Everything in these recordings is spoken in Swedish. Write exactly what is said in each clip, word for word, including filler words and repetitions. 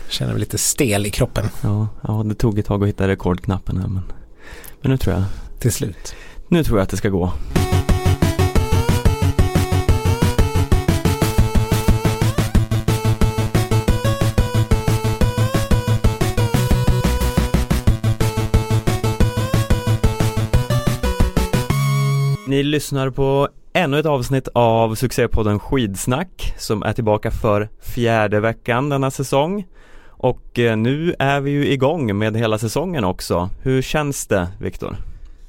Känner mig lite stel i kroppen. Ja, ja, det tog ett tag att hitta rekordknappen här, men, men nu tror jag till slut. Nu tror jag att det ska gå. Ni lyssnar på ännu ett avsnitt av succépodden Skidsnack som är tillbaka för fjärde veckan denna säsong. Och nu är vi ju igång med hela säsongen också. Hur känns det, Viktor?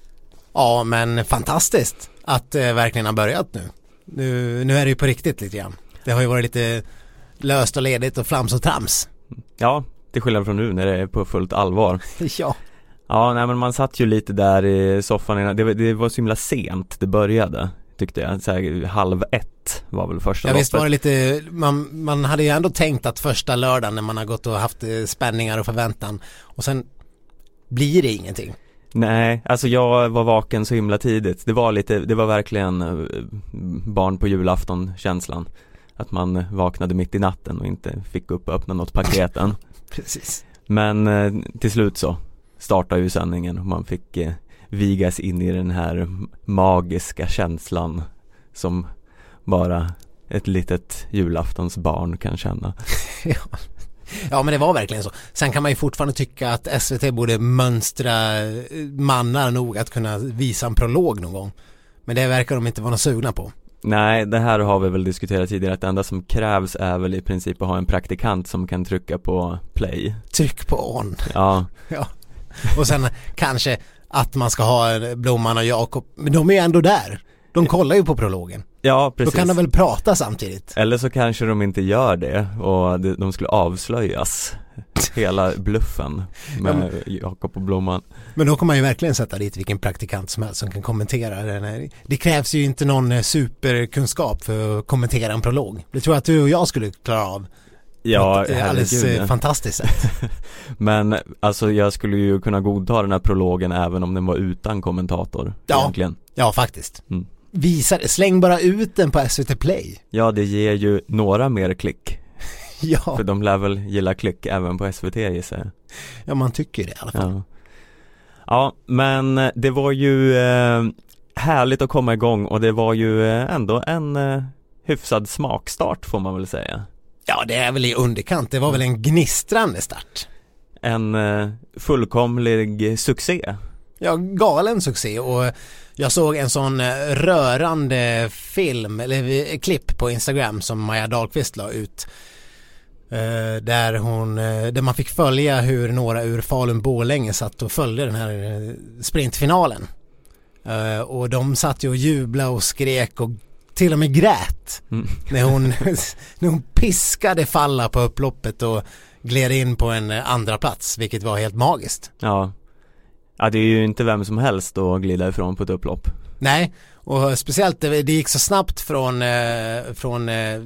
Ja, men fantastiskt att det verkligen har börjat nu. Nu, nu är det ju på riktigt lite grann. Det har ju varit lite löst och ledigt och flams och trams. Ja, till skillnad från nu när det är på fullt allvar. Ja. Ja, nej, men man satt ju lite där i soffan innan. Det, det var så himla sent det började, tyckte jag. Så här, halv ett var väl första ja, loppet. Visst var det lite, man, man hade ju ändå tänkt att första lördagen när man har gått och haft spänningar och förväntan och sen blir det ingenting. Nej, alltså jag var vaken så himla tidigt. Det var lite, det var verkligen barn på julafton känslan. Att man vaknade mitt i natten och inte fick upp och öppna något paketen. Precis. Men till slut så startade ju sändningen och man fick eh, vigas in i den här magiska känslan som bara ett litet julaftonsbarn kan känna. Ja. Ja, men det var verkligen så. Sen kan man ju fortfarande tycka att S V T borde mönstra mannar nog att kunna visa en prolog någon gång. Men det verkar de inte vara några sugna på. Nej, det här har vi väl diskuterat tidigare, att det enda som krävs är väl i princip att ha en praktikant som kan trycka på play. Tryck på on. Ja. Ja. Och sen kanske att man ska ha Blomman och Jakob. Men de är ju ändå där. De kollar ju på prologen. Ja, precis. Då kan de väl prata samtidigt. Eller så kanske de inte gör det och de skulle avslöjas. Hela bluffen med ja, Jakob och Blomman. Men då kommer man ju verkligen sätta dit vilken praktikant som helst som kan kommentera den här. Det krävs ju inte någon superkunskap för att kommentera en prolog. Det tror jag att du och jag skulle klara av. Ja, det är alldeles herregud. Fantastiskt sätt. Men alltså jag skulle ju kunna godta den här prologen även om den var utan kommentator. Ja, egentligen. Ja faktiskt. Mm. Visar, släng bara ut den på S V T Play. Ja, det ger ju några mer klick. Ja. För de lär väl gilla klick även på S V T, gissar jag. Ja, man tycker det i alla fall. Ja, ja, men det var ju eh, härligt att komma igång och det var ju eh, ändå en eh, hyfsad smakstart får man väl säga. Ja, det är väl i underkant. Det var väl en gnistrande start. En eh, fullkomlig succé. Ja, galen succé. Och jag såg en sån rörande film eller klipp på Instagram som Maja Dahlqvist la ut. Uh, där hon uh, där man fick följa hur några ur Falun-Borlänge satt och följde den här uh, sprintfinalen. Uh, och de satt ju och jublade och skrek och till och med grät mm. när hon när hon piskade falla på upploppet och gled in på en andra plats, vilket var helt magiskt. Ja. Ja, det är ju inte vem som helst att glida ifrån på ett upplopp. Nej, och speciellt det, det gick så snabbt från eh, från eh,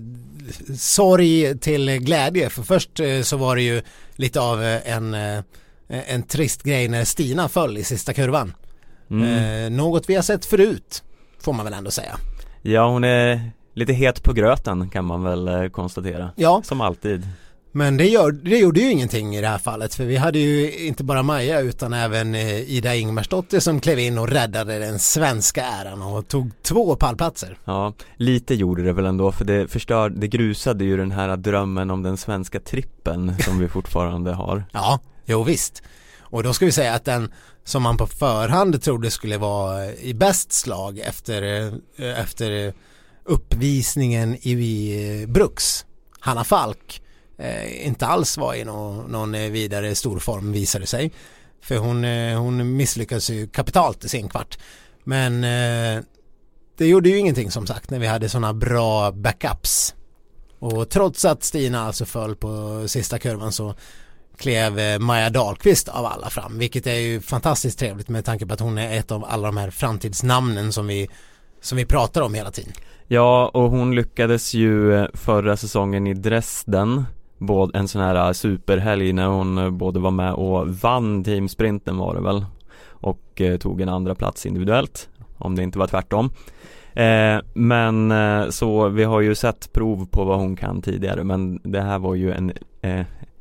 sorg till glädje. För först eh, så var det ju lite av en eh, en trist grej när Stina föll i sista kurvan. Mm. Eh, något vi har sett förut, får man väl ändå säga. Ja, hon är lite het på gröten kan man väl eh, konstatera. Ja. Som alltid. Men det, gör, det gjorde ju ingenting i det här fallet, för vi hade ju inte bara Maja utan även Ida Ingmarsdotter som klev in och räddade den svenska äran och tog två pallplatser. Ja, lite gjorde det väl ändå, för det förstörde, det grusade ju den här drömmen om den svenska trippen som vi fortfarande har. Ja, jo visst. Och då ska vi säga att den som man på förhand trodde skulle vara i bäst slag efter, efter uppvisningen i Bruks, Hanna Falk, Eh, inte alls var i någon, någon vidare stor form visade sig. För hon, eh, hon misslyckades ju kapitalt i sin kvart. Men eh, det gjorde ju ingenting som sagt när vi hade sådana bra backups. Och trots att Stina alltså föll på sista kurvan så klev eh, Maja Dahlqvist av alla fram. Vilket är ju fantastiskt trevligt med tanke på att hon är ett av alla de här framtidsnamnen som vi, som vi pratar om hela tiden. Ja, och hon lyckades ju förra säsongen i Dresden, både en sån här superhelg när hon både var med och vann teamsprinten var det väl, och eh, tog en andra plats individuellt, om det inte var tvärtom. Eh, men eh, så vi har ju sett prov på vad hon kan tidigare, men det här var ju en, eh,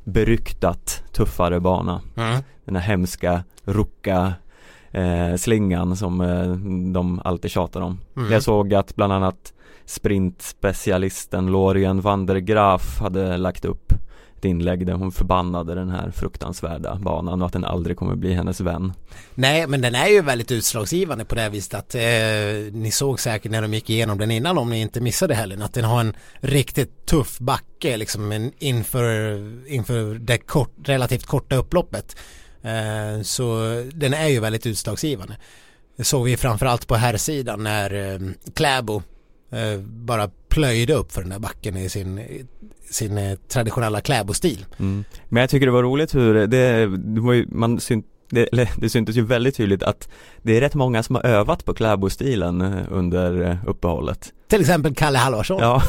beryktat tuffare bana. Mm. Den här hemska rucka eh, slingan som eh, de alltid tjatar om. Mm. Jag såg att bland annat sprintspecialisten Lorien van der Graaf hade lagt upp ett inlägg där hon förbannade den här fruktansvärda banan och att den aldrig kommer bli hennes vän. Nej, men den är ju väldigt utslagsgivande på det viset att eh, ni såg säkert när de gick igenom den innan, om ni inte missade heller, att den har en riktigt tuff backe liksom en, inför, inför det kort, relativt korta upploppet. Eh, så den är ju väldigt utslagsgivande. Det såg vi framförallt på här sidan när eh, Kläbo eh, bara plöjde upp för den där backen i sin sin eh, traditionella Kläbo-stil. Mm. Men jag tycker det var roligt hur det, det var ju, man syn, det, eller, det syntes ju väldigt tydligt att det är rätt många som har övat på Kläbo-stilen under uppehållet. Till exempel Kalle Halvarsson. Ja.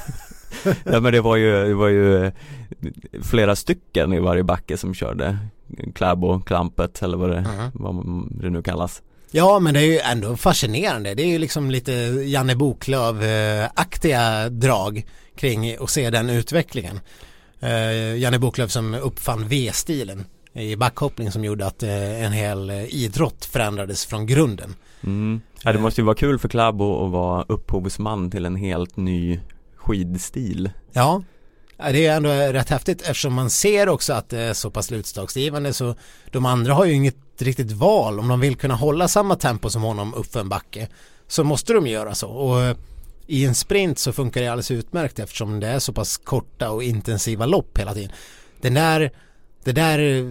Ja, men det var ju det var ju flera stycken i varje backe som körde Kläbo-klampet eller vad det, mm. vad det nu kallas. Ja, men det är ju ändå fascinerande. Det är ju liksom lite Janne Boklöv-aktiga drag kring att se den utvecklingen. Uh, Janne Boklöv som uppfann V-stilen i backhoppning som gjorde att uh, en hel idrott förändrades från grunden. Mm. Ja, det måste ju vara kul för Kläbo att vara upphovsman till en helt ny skidstil. Ja, det är ändå rätt häftigt eftersom man ser också att det är så pass utslagsgivande, så de andra har ju inget riktigt val. Om de vill kunna hålla samma tempo som honom upp för en backe så måste de göra så, och i en sprint så funkar det alldeles utmärkt eftersom det är så pass korta och intensiva lopp hela tiden. Den där, det där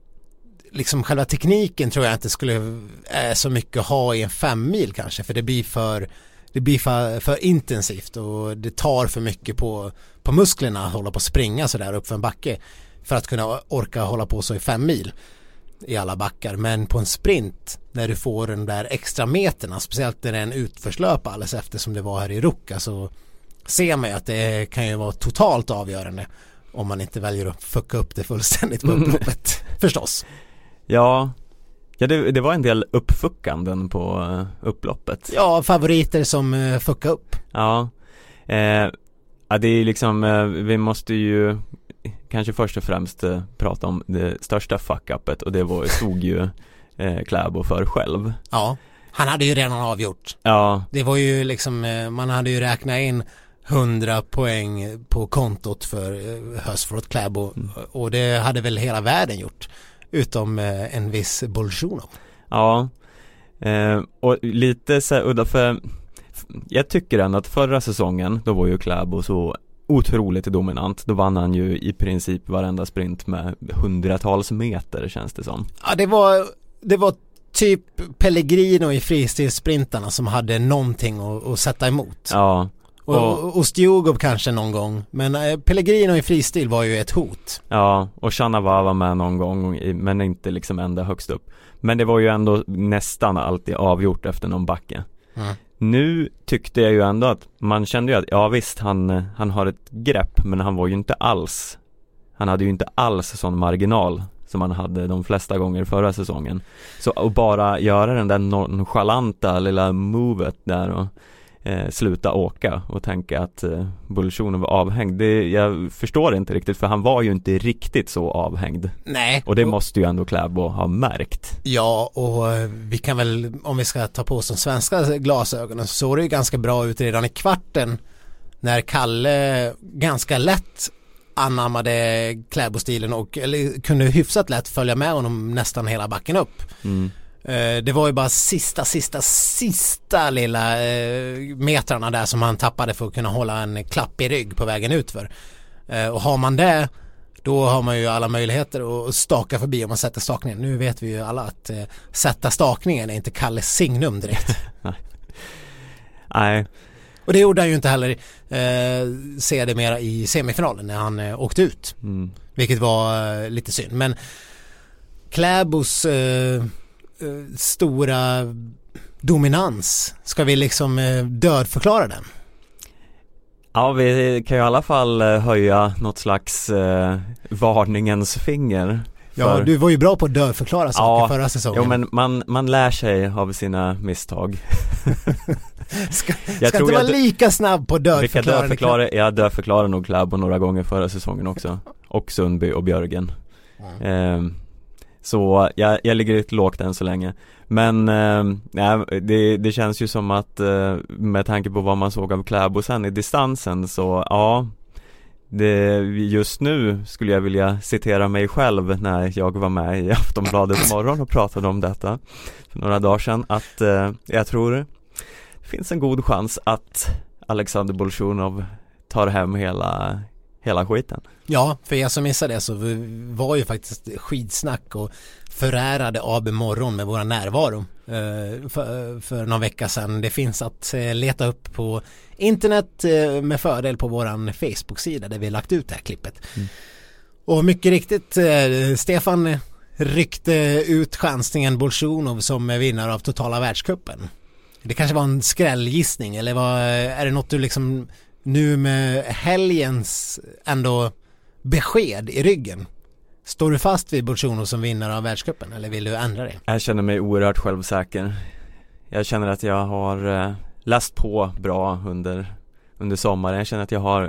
liksom själva tekniken tror jag inte skulle är så mycket att ha i en fem mil kanske, för det blir för det blir för, för intensivt och det tar för mycket på, på musklerna att hålla på att springa så där upp för en backe för att kunna orka hålla på så i fem mil i alla backar. Men på en sprint när du får den där extra meterna, speciellt när det är en utförslöp alldeles efter som det var här i Ruka, så ser man ju att det kan ju vara totalt avgörande om man inte väljer att fucka upp det fullständigt på upploppet, förstås. Ja, ja det, det var en del uppfuckanden på uh, upploppet. Ja, favoriter som uh, fucka upp. Ja, eh, ja, det är liksom, eh, vi måste ju kanske först och främst eh, prata om det största fuck-upet, och det var, stod ju eh, Kläbo för själv. Ja, han hade ju redan avgjort. Ja. Det var ju liksom, eh, man hade ju räknat in hundra poäng på kontot för eh, Hösflot Kläbo, mm. och det hade väl hela världen gjort, utom eh, en viss Bolsjunov. Ja, eh, och lite så udda, för jag tycker ändå att förra säsongen då var ju Kläbo så otroligt dominant. Då vann han ju i princip varenda sprint med hundratals meter, känns det som. Ja, det var, det var typ Pellegrino i fristilssprintarna som hade någonting att, att sätta emot. Ja. Och, och, och Stjugov kanske någon gång. Men eh, Pellegrino i fristil var ju ett hot. Ja, och Chanava var med någon gång, men inte liksom ända högst upp. Men det var ju ändå nästan alltid avgjort efter någon backe. Mm. Nu tyckte jag ju ändå att man kände ju att ja visst, han, han har ett grepp, men han var ju inte alls han hade ju inte alls sån marginal som han hade de flesta gånger förra säsongen. Så att bara göra den där nonchalanta lilla movet där och eh, sluta åka och tänka att eh, Bolsjunov var avhängd, det, jag förstår inte riktigt, för han var ju inte riktigt så avhängd. Nej. Och det måste ju ändå Kläbo ha märkt. Ja, och vi kan väl, om vi ska ta på oss de svenska glasögonen, så såg det ju ganska bra ut redan i kvarten när Kalle ganska lätt anammade Kläbo-stilen och eller, kunde hyfsat lätt följa med honom nästan hela backen upp. Mm. Det var ju bara sista, sista, sista lilla eh, metrarna där som han tappade för att kunna hålla en klapp i rygg på vägen utför. Eh, och har man det, då har man ju alla möjligheter att staka förbi om man sätter stakningen. Nu vet vi ju alla att eh, sätta stakningen är inte Kalles signum direkt. Nej. Och det gjorde han ju inte heller eh, se det mera i semifinalen när han eh, åkte ut. Mm. Vilket var eh, lite synd. Men Kläbos eh, stora dominans, ska vi liksom eh, dödförklara den? Ja, vi kan ju i alla fall höja något slags eh, varningens finger. För... Ja, du var ju bra på att dödförklara saker ja, förra säsongen. Jo, men man, man lär sig av sina misstag. ska jag ska inte vara jag, lika snabb på dödförklara. Dödförklara jag dödförklarade nog Kläbo några gånger förra säsongen också. och Sundby och Björgen. Mm. Eh, så jag, jag ligger lite lågt än så länge. Men eh, nej, det, det känns ju som att eh, med tanke på vad man såg av Kläbo sen i distansen, så ja, det, just nu skulle jag vilja citera mig själv när jag var med i Aftonbladet morgon och pratade om detta för några dagar sedan, att eh, jag tror det finns en god chans att Alexander Bolsjunov tar hem hela, hela skiten. Ja, för jag som missade det så var ju faktiskt Skidsnack och förärade A B Morgon med våra närvaro eh, för, för någon vecka sedan. Det finns att eh, leta upp på internet eh, med fördel på våran Facebook-sida där vi har lagt ut det här klippet. Mm. Och mycket riktigt, eh, Stefan ryckte ut chansningen Bolsjunov som vinnare av totala världscupen. Det kanske var en skrällgissning, eller var, är det något du liksom nu med helgens ändå besked i ryggen? Står du fast vid Bolsjunov som vinnare av världscupen eller vill du ändra det? Jag känner mig oerhört självsäker. Jag känner att jag har eh, läst på bra under, under sommaren. Jag känner att jag har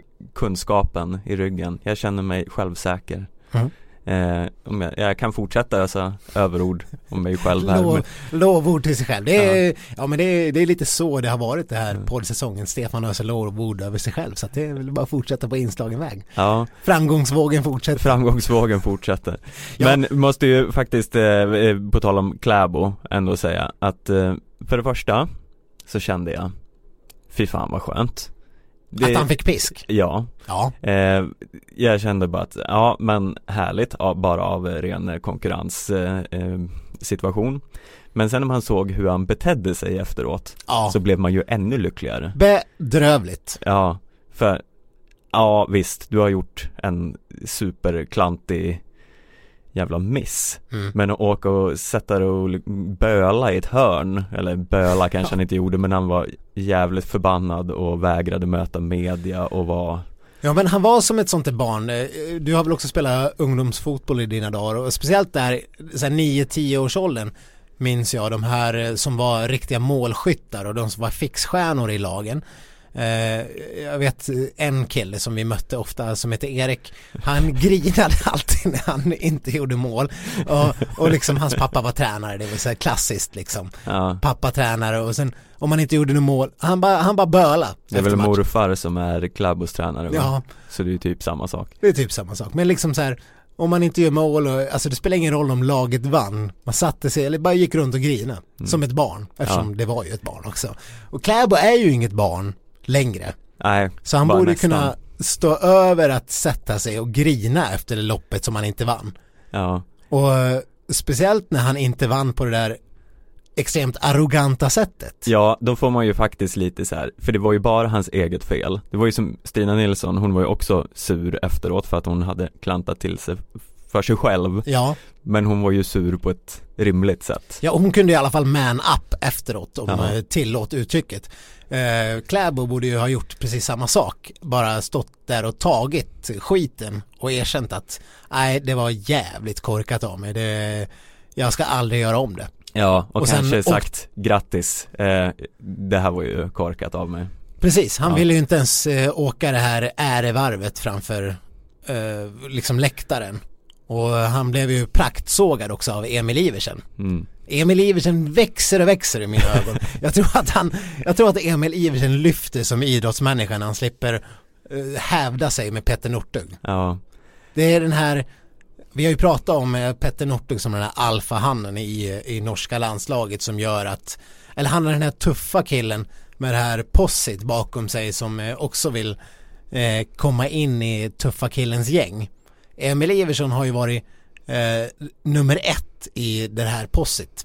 kunskapen i ryggen. Jag känner mig självsäker. Mm. Eh, om jag, jag kan fortsätta alltså, överord om mig själv här. Lov, lovord till sig själv. Det är, ja. Ja, men det är, det är lite så det har varit det här mm. poddsäsongen. Stefan har så lovord över sig själv, så att det är väl bara fortsätta på inslagen väg. Ja. Framgångsvågen fortsätter. Framgångsvågen fortsätter. Ja. Men måste ju faktiskt eh, på tal om Kläbo ändå säga att eh, för det första så kände jag fy fan vad skönt. Det, att han fick pisk? Ja, ja. Eh, jag kände bara att ja, men härligt ja, bara av ren konkurrenssituation. Eh, men sen när man såg hur han betedde sig efteråt ja. Så blev man ju ännu lyckligare. Bedrövligt. Ja, för ja visst, du har gjort en superklantig jävla miss. Mm. Men att åka och sätta dig och böla i ett hörn, eller böla kanske ja. Han inte gjorde, men han var jävligt förbannad och vägrade möta media och var... Ja, men han var som ett sånt där barn. Du har väl också spelat ungdomsfotboll i dina dagar, och speciellt där så här nio tio års åldern minns jag de här som var riktiga målskyttar och de som var fixstjärnor i lagen. Uh, jag vet en kille som vi mötte ofta som heter Erik. Han grinade alltid när han inte gjorde mål, och, och liksom hans pappa var tränare. Det var så här klassiskt liksom. Ja. Pappa tränare, och sen om man inte gjorde något mål, han bara han bara böla. Det är väl morfar som är Kläbos tränare, ja. Så det är ju typ samma sak. Det är typ samma sak, men liksom så här, om man inte gör mål och, alltså det spelar ingen roll om laget vann. Man satte sig eller bara gick runt och grina mm. som ett barn, eftersom ja. Det var ju ett barn också. Och Kläbo är ju inget barn längre. Nej, så han borde nästan kunna stå över att sätta sig och grina efter det loppet som han inte vann. Ja. Och speciellt när han inte vann på det där extremt arroganta sättet. Ja, då får man ju faktiskt lite så här, för det var ju bara hans eget fel. Det var ju som Stina Nilsson, hon var ju också sur efteråt för att hon hade klantat till sig för sig själv. Ja. Men hon var ju sur på ett rimligt sätt. Ja, hon kunde i alla fall man up efteråt, om ja. Tillåt uttrycket. Eh, Kläbo borde ju ha gjort precis samma sak. Bara stått där och tagit skiten och erkänt att nej, det var jävligt korkat av mig. Det, jag ska aldrig göra om det. Ja, och, och kanske sen, sagt och, grattis. Eh, det här var ju korkat av mig. Precis, han ja. Ville ju inte ens eh, åka det här ärevarvet framför eh, liksom läktaren. Och han blev ju praktsågad också av Emil Iversen. Mm. Emil Iversen växer och växer i mina ögon. Jag tror att han, jag tror att Emil Iversen lyfter som idrottsmänniska när han slipper uh, hävda sig med Petter Northug. Ja. Det är den här, vi har ju pratat om Petter Northug som den här alfahannen i, i norska landslaget som gör att, eller han är den här tuffa killen med det här possit bakom sig som eh, också vill eh, komma in i tuffa killens gäng. Emil Iversen har ju varit eh, nummer ett i det här possit.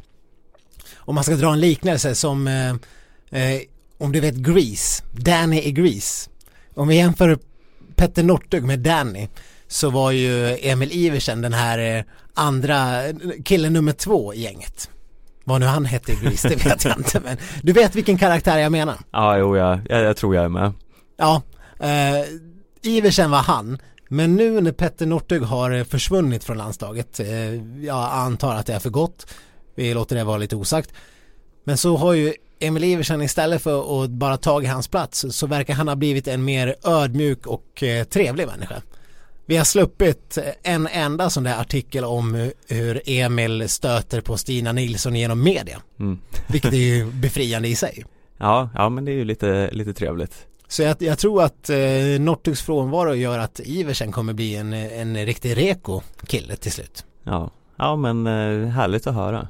Om man ska dra en liknelse som eh, eh, om du vet Grease, Danny i Grease. Om vi jämför Petter Northug med Danny, så var ju Emil Iversen den här eh, andra killen nummer två i gänget. Vad nu han hette i Grease, det vet jag inte, men du vet vilken karaktär jag menar. Ja, jo, jag, jag, jag tror jag är med. Ja, eh, Iversen var han. Men nu när Petter Northug har försvunnit från landslaget, eh, jag antar att det är för gott, vi låter det vara lite osagt, men så har ju Emil Iversen istället för att bara ta i hans plats, så verkar han ha blivit en mer ödmjuk och eh, trevlig människa. Vi har sluppit en enda sån där artikel om hur Emil stöter på Stina Nilsson genom media. Mm. Vilket är ju befriande i sig. Ja, ja men det är ju lite, lite trevligt. Så jag, jag tror att eh, Northugs frånvaro gör att Iversen kommer bli en, en riktig reko-kille till slut. Ja, ja men eh, härligt att höra.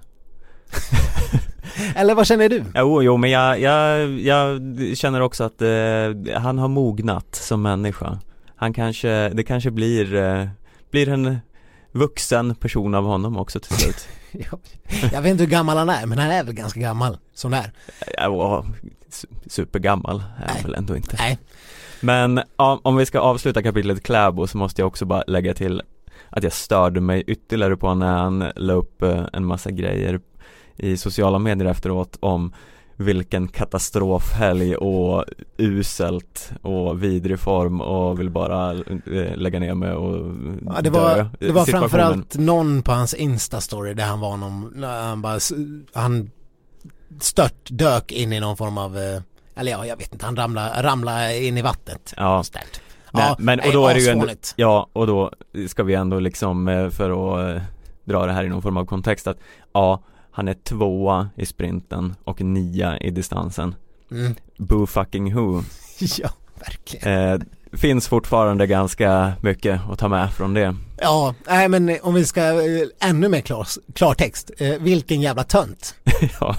Eller vad känner du? Jo, jo men jag, jag, jag känner också att eh, han har mognat som människa. Han kanske, det kanske blir, eh, blir en vuxen person av honom också till slut. Jag vet inte hur gammal han är, men han är väl ganska gammal som det är. Ja, supergammal är han väl ändå inte. Nej. Men ja, om vi ska avsluta kapitlet Kläbo så måste jag också bara lägga till att jag störde mig ytterligare på när han la upp en massa grejer i sociala medier efteråt om vilken katastrofhelg och uselt och vidrig form och vill bara lägga ner mig och ja, det var, det var framförallt någon på hans Insta-story där han var någon, han bara han stört dök in i någon form av, eller ja, jag vet inte, han ramlade, ramlade in i vattnet. Ja. Stört. Nej, ja, men och då är det ju ändå, ja, och då ska vi ändå liksom för att dra det här i någon form av kontext att ja, han är tvåa i sprinten och nia i distansen. Mm. Boo fucking who. Ja, verkligen. Eh, finns fortfarande ganska mycket att ta med från det. Ja, nej men om vi ska eh, ännu mer klar, klartext. Eh, vilken jävla tönt. Ja.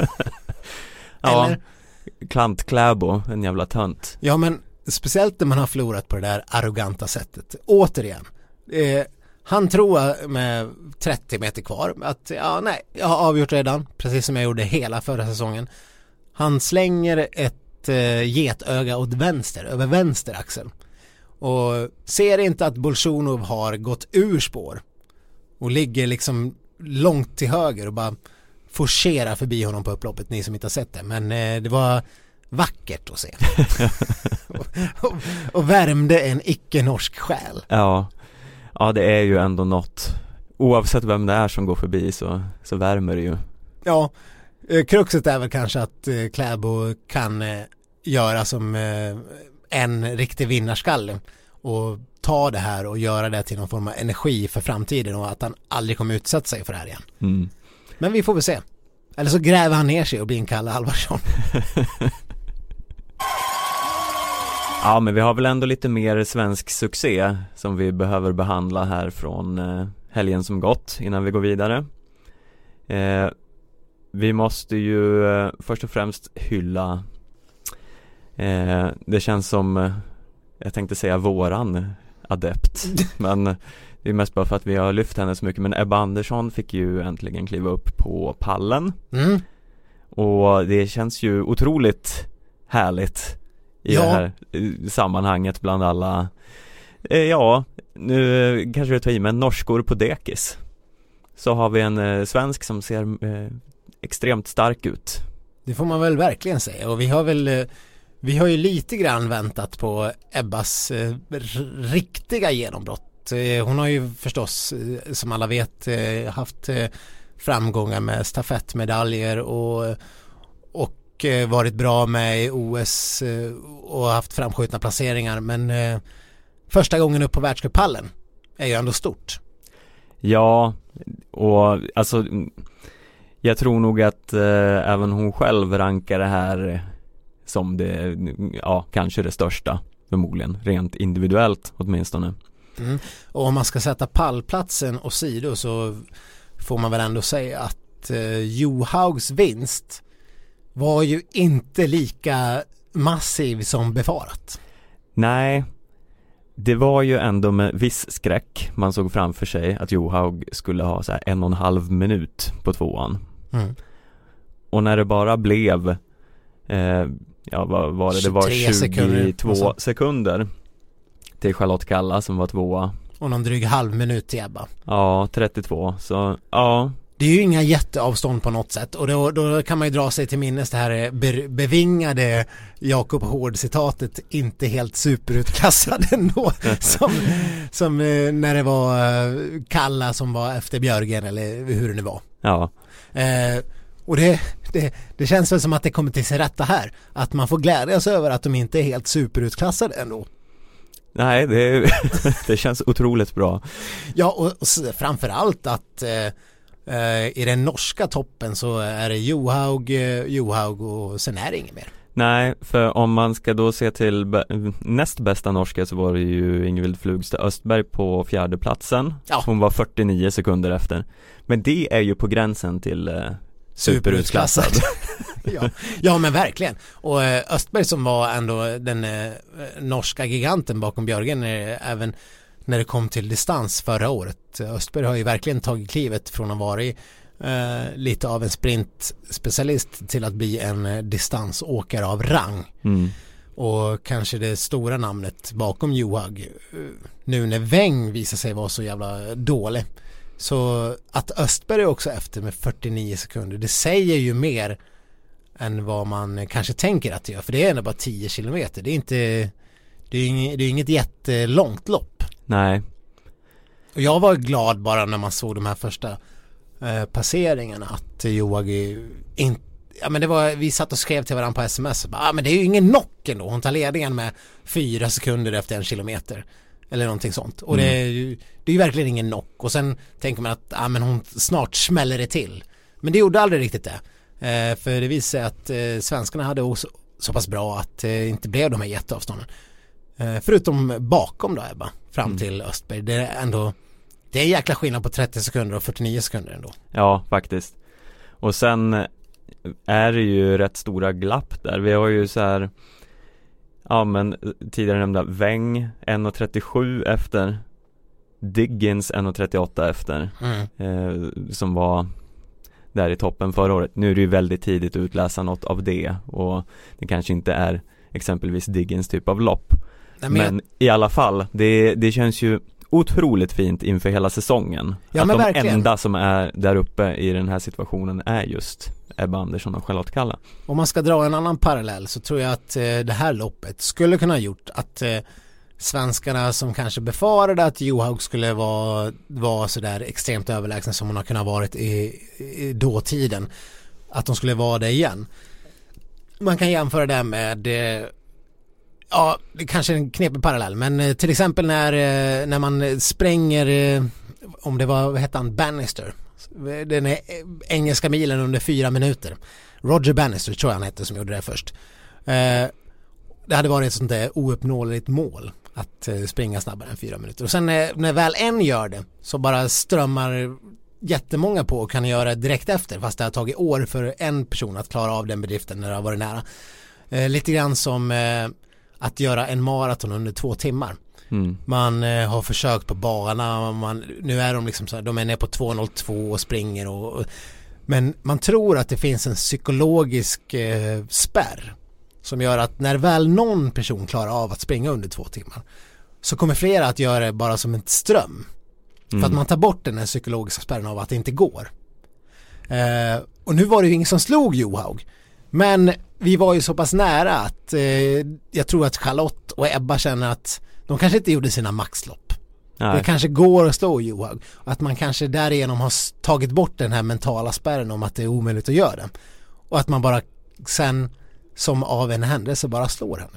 Ja. Eller? Klant Kläbo, en jävla tönt. Ja, men speciellt när man har förlorat på det där arroganta sättet. Återigen. Eh, Han tror med trettio meter kvar att ja nej, jag har avgjort redan, precis som jag gjorde hela förra säsongen. Han slänger ett eh, getöga åt vänster, över vänster axel. Och ser inte att Bolsjunov har gått ur spår och ligger liksom långt till höger och bara forcerar förbi honom på upploppet, ni som inte har sett det. Men eh, det var vackert att se. och, och, och värmde en icke-norsk själ. Ja. Ja, det är ju ändå något. Oavsett vem det är som går förbi så, så värmer det ju. Ja, eh, kruxet är väl kanske att eh, Kläbo kan eh, göra som eh, en riktig vinnarskalle och ta det här och göra det till någon form av energi för framtiden och att han aldrig kommer utsätta sig för det här igen. Mm. Men vi får väl se. Eller så gräver han ner sig och blir en Kalle Alvarsson. Ja, men vi har väl ändå lite mer svensk succé som vi behöver behandla här från eh, helgen som gått innan vi går vidare. Eh, vi måste ju eh, först och främst hylla, eh, det känns som, eh, jag tänkte säga våran adept, men det är mest bara för att vi har lyft henne så mycket. Men Ebba Andersson fick ju äntligen kliva upp på pallen. Mm. Och det känns ju otroligt härligt i ja. det här sammanhanget bland alla eh, ja, nu kanske det tar i med norskor på dekis. Så har vi en eh, svensk som ser eh, extremt stark ut. Det får man väl verkligen säga. Och vi har väl eh, vi har ju lite grann väntat på Ebbas eh, r- riktiga genombrott. Eh, hon har ju förstås, eh, som alla vet, eh, haft eh, framgångar med stafettmedaljer och och varit bra med i O S och haft framskjutna placeringar, men eh, första gången upp på världscuppallen är ju ändå stort. Ja, och alltså jag tror nog att eh, även hon själv rankar det här som det, ja, kanske det största förmodligen, rent individuellt åtminstone. Mm. Och om man ska sätta pallplatsen och sido så får man väl ändå säga att eh, Johaugs vinst var ju inte lika massiv som befarat. Nej, det var ju ändå med viss skräck man såg framför sig att Johaug skulle ha så här en och en halv minut på tvåan. Mm. Och när det bara blev eh, ja, vad var det? Det var tjugotvå sekunder, sekunder till Charlotte Kalla som var tvåa. Och någon dryg halv minut till Ebba. Ja, trettiotvå. Så ja. Det är ju inga jätteavstånd på något sätt. Och då, då kan man ju dra sig till minnes det här be, bevingade Jakob Hård-citatet, inte helt superutklassad ändå. som, som när det var Kalla som var efter Björgen eller hur det nu var. Ja. Eh, och det, det, det känns väl som att det kommer till sig rätta här. Att man får glädjas över att de inte är helt superutklassade ändå. Nej, det, det känns otroligt bra. Ja, och, och framförallt att eh, eh, i den norska toppen så är det Johaug, eh, Johaug och sen är det inget mer. Nej, för om man ska då se till b- näst bästa norska så var det ju Ingvild Flugstad Östberg på fjärde platsen. Ja. Hon var fyrtionio sekunder efter. Men det är ju på gränsen till eh, superutklassad. ja. ja, men verkligen. Och eh, Östberg som var ändå den eh, norska giganten bakom Björgen eh, även när det kom till distans förra året. Östberg har ju verkligen tagit klivet från att vara i Uh, lite av en sprintspecialist till att bli en uh, distansåkare av rang. Mm. Och kanske det stora namnet bakom Johaug uh, nu när Weng visar sig vara så jävla dålig. Så att Östberg är också efter med fyrtionio sekunder, det säger ju mer än vad man kanske tänker att det gör. För det är ändå bara tio kilometer. Det är inte det är inget, det är inget jättelångt lopp. Nej. Och jag var glad bara när man såg de här första passeringarna att Johaug inte, ja men det var, vi satt och skrev till varandra på sms och bara, ah, men det är ju ingen knock ändå, hon tar ledningen med fyra sekunder efter en kilometer eller någonting sånt och mm. det, är ju, det är ju verkligen ingen knock och sen tänker man att ah, men hon snart smäller det till, men det gjorde aldrig riktigt det eh, för det visade sig att eh, svenskarna hade också, så pass bra att det eh, inte blev de här jätteavstånden eh, förutom bakom då Ebba fram mm. till Östberg, det är ändå det är en jäkla skillnad på trettio sekunder och fyrtionio sekunder ändå. Ja, faktiskt. Och sen är det ju rätt stora glapp där. Vi har ju så här, ja men tidigare nämnda Weng en trettiosju efter, Diggins en trettioåtta efter, mm. eh, som var där i toppen förra året. Nu är det ju väldigt tidigt att utläsa något av det och det kanske inte är exempelvis Diggins typ av lopp. Nej, men men jag... i alla fall, det, det känns ju otroligt fint inför hela säsongen. Ja, att men de verkligen. enda som är där uppe i den här situationen är just Ebba Andersson och Charlotte Kalla. Om man ska dra en annan parallell så tror jag att eh, det här loppet skulle kunna ha gjort att eh, svenskarna som kanske befarade att Johaug skulle vara, vara så där extremt överlägsen som hon har kunnat varit i, i dåtiden, att de skulle vara det igen. Man kan jämföra det med eh, ja, det kanske är en knepig parallell, men eh, till exempel när, eh, när man spränger eh, om det var, vad hette han, Bannister, den är engelska milen under fyra minuter. Roger Bannister tror jag han hette som gjorde det först. Eh, det hade varit ett sånt där ouppnåeligt mål att eh, springa snabbare än fyra minuter. Och sen eh, när väl en gör det så bara strömmar jättemånga på och kan göra det direkt efter, fast det har tagit år för en person att klara av den bedriften när det har varit nära. Eh, lite grann som eh, att göra en maraton under två timmar. Mm. Man eh, har försökt på bana, man, nu är de liksom så här, de är nere på två noll två och springer och, och, men man tror att det finns en psykologisk eh, spärr som gör att när väl någon person klarar av att springa under två timmar så kommer flera att göra det bara som en ström. Mm. För att man tar bort den här psykologiska spärren av att det inte går. Eh, och nu var det ju ingen som slog Johaug. Men vi var ju så pass nära att eh, jag tror att Charlotte och Ebba känner att de kanske inte gjorde sina maxlopp. Nej. Det kanske går att stå Johaug. Att man kanske därigenom har tagit bort den här mentala spärren om att det är omöjligt att göra det. Och att man bara sen som av en händelse bara slår henne.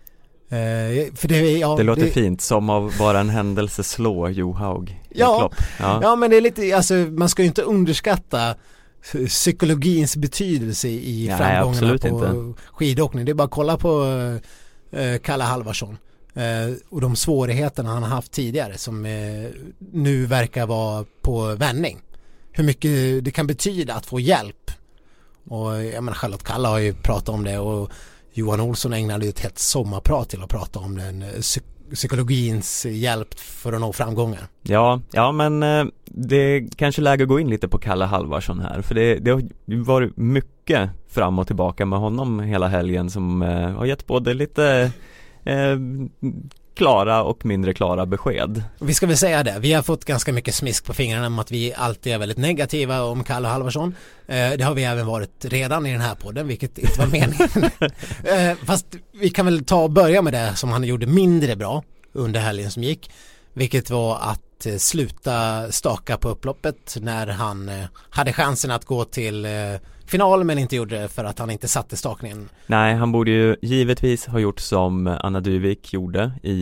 Eh, för det, ja, det låter det, fint, som av bara en händelse slå Johaug i ja, lopp. Ja. ja, men det är lite, alltså man ska ju inte underskatta psykologins betydelse i Nej, framgångarna på inte. skidåkning. Det är bara att kolla på uh, Kalle Halvarsson uh, och de svårigheterna han har haft tidigare som uh, nu verkar vara på vändning. Hur mycket det kan betyda att få hjälp. Och jag menar, Charlotte Kalla har ju pratat om det och Johan Olsson ägnade ju ett helt sommarprat till att prata om den psyk- psykologins hjälp för att nå framgångar. Ja, ja men eh, det är kanske läge att gå in lite på Kalle Halvarsson här, för det, det har varit mycket fram och tillbaka med honom hela helgen som eh, har gett både lite eh, klara och mindre klara besked. Vi ska väl säga det, vi har fått ganska mycket smisk på fingrarna om att vi alltid är väldigt negativa om Kalle Halvarsson. Eh, det har vi även varit redan i den här podden, vilket inte var meningen. eh, fast vi kan väl ta och börja med det som han gjorde mindre bra under helgen som gick, vilket var att eh, sluta staka på upploppet när han eh, hade chansen att gå till eh, final men inte gjorde det för att han inte satte stakningen. Nej, han borde ju givetvis ha gjort som Anna Dyvik gjorde i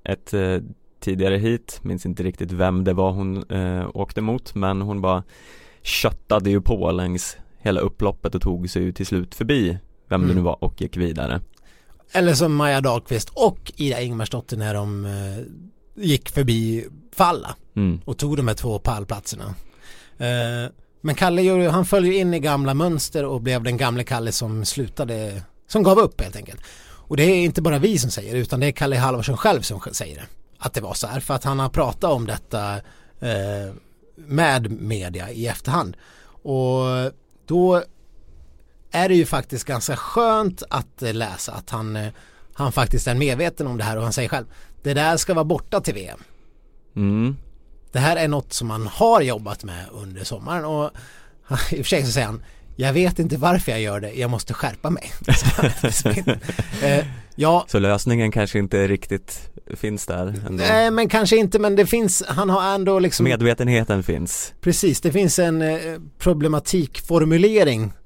ett eh, tidigare hit, minns inte riktigt vem det var hon eh, åkte mot, men hon bara köttade ju på längs hela upploppet och tog sig ju till slut förbi vem mm. det nu var och gick vidare. Eller som Maja Dahlqvist och Ida Ingmarsdotter när de eh, gick förbi Falla mm. och tog de här två pallplatserna. Eh, men Kalle, han följer in i gamla mönster och blev den gamla Kalle som slutade, som gav upp helt enkelt. Och det är inte bara vi som säger det, utan det är Kalle Halvarsson själv som säger det. Att det var så här, för att han har pratat om detta eh, med media i efterhand. Och då är det ju faktiskt ganska skönt att läsa att han, han faktiskt är medveten om det här, och han säger själv, det där ska vara borta till V M. Mm. Det här är något som man har jobbat med under sommaren, och i och för sig så säger han, jag vet inte varför jag gör det, jag måste skärpa mig. eh, ja, så lösningen kanske inte riktigt finns där ändå. Nej, men kanske inte, men det finns, han har ändå liksom... Medvetenheten finns. Precis, det finns en eh, problematikformulering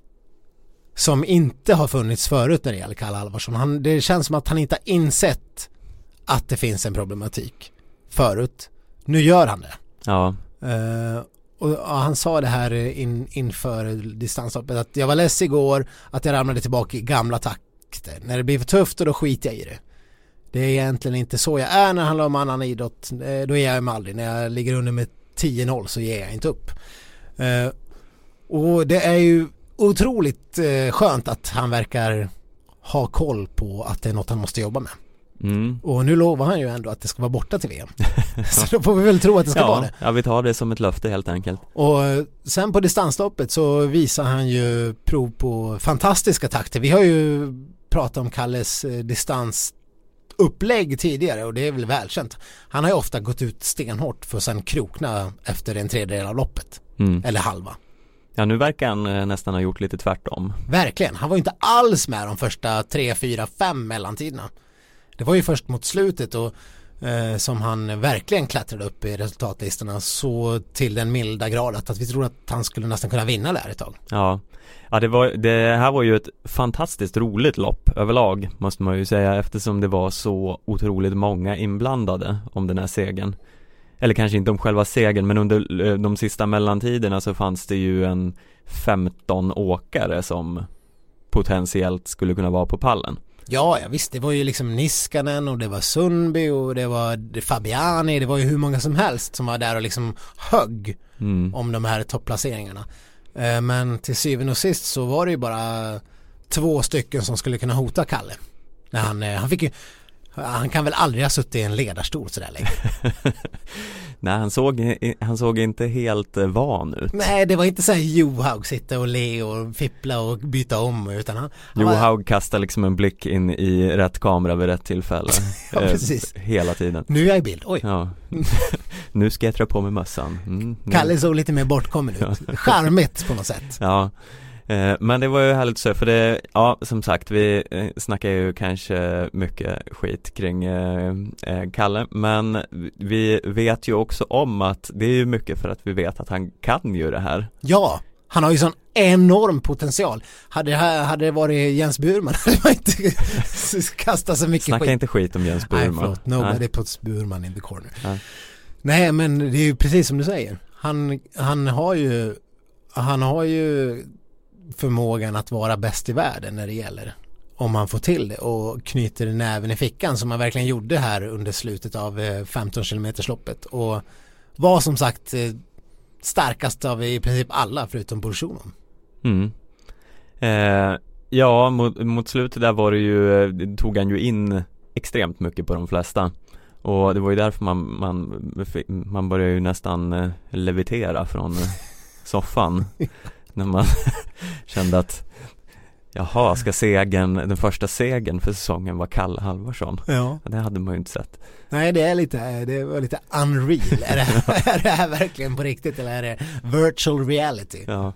som inte har funnits förut när det gäller Kalle Halvarsson. Han, det känns som att han inte har insett att det finns en problematik förut. Nu gör han det. Ja. Uh, och, och han sa det här in, inför distansloppet, att jag var less igår att jag ramlade tillbaka i gamla takter. När det blir för tufft, och då skiter jag i det. Det är egentligen inte så jag är när det handlar om annan idrott. Då ger jag mig aldrig. När jag ligger under med tio noll så ger jag inte upp. Uh, och det är ju otroligt uh, skönt att han verkar ha koll på att det är något han måste jobba med. Mm. Och nu lovar han ju ändå att det ska vara borta till V M. Så då får vi väl tro att det ska ja, vara det. Ja, vi tar det som ett löfte helt enkelt. Och sen på distansloppet så visar han ju prov på fantastiska takter. Vi har ju pratat om Kalles distansupplägg tidigare, och det är väl välkänt. Han har ju ofta gått ut stenhårt för att sen krokna efter en tredjedel av loppet. Mm. Eller halva. Ja, nu verkar han nästan ha gjort lite tvärtom. Verkligen. Han var ju inte alls med de första tre, fyra, fem mellantiderna. Det var ju först mot slutet och, eh, som han verkligen klättrade upp i resultatlistorna, så till den milda grad att vi trodde att han skulle nästan kunna vinna där ett tag. Ja, ja det, var, det här var ju ett fantastiskt roligt lopp överlag, måste man ju säga, eftersom det var så otroligt många inblandade om den här segern. Eller kanske inte om själva segern, men under de sista mellantiderna så fanns det ju en femton åkare som potentiellt skulle kunna vara på pallen. Ja, ja visst, det var ju liksom Niskanen och det var Sundby och det var Fabiani, det var ju hur många som helst som var där och liksom högg mm. om de här topplaceringarna. Eh, men till syvende och sist så var det ju bara två stycken som skulle kunna hota Kalle. När han, eh, han fick ju, han kan väl aldrig ha suttit i en ledarstol sådär länge. Nej, han såg, han såg inte helt van ut. Nej, det var inte så här Johaug sitta och le och fippla och byta om, utan han, han Johaug var... kastar liksom en blick in i rätt kamera vid rätt tillfälle. Ja, precis. Eh, hela tiden. Nu är jag i bild, oj. Ja. Nu ska jag dra på mig mössan. Mm, Kalle såg lite mer bortkommen ut. Charmigt på något sätt. Ja. Men det var ju härligt så, för det, ja, som sagt, vi snackar ju kanske mycket skit kring eh, Kalle, men vi vet ju också om att det är ju mycket för att vi vet att han kan ju det här. Ja, han har ju sån enorm potential. Hade det, här, hade det varit Jens Burman hade man inte kastat så mycket Snacka skit. inte skit om Jens Burman. Nej, förlåt, nobody Nej. puts Burman in the corner. Nej. Nej, men det är ju precis som du säger. Han, han har ju han har ju förmågan att vara bäst i världen när det gäller, om han får till det och knyter näven i fickan som han verkligen gjorde här under slutet av femton kilometersloppet, och var som sagt starkast av i princip alla förutom Bolsjunov. Mm. Eh, ja, mot, mot slutet där var det ju, tog han ju in extremt mycket på de flesta, och det var ju därför man, man, man började ju nästan levitera från soffan när man kände att jaha, ska segern, den första segern för säsongen var Kalle Halvarsson. Ja. Det hade man ju inte sett. Nej, det är lite, det var lite unreal. Är det, är det här verkligen på riktigt, eller är det virtual reality? Ja.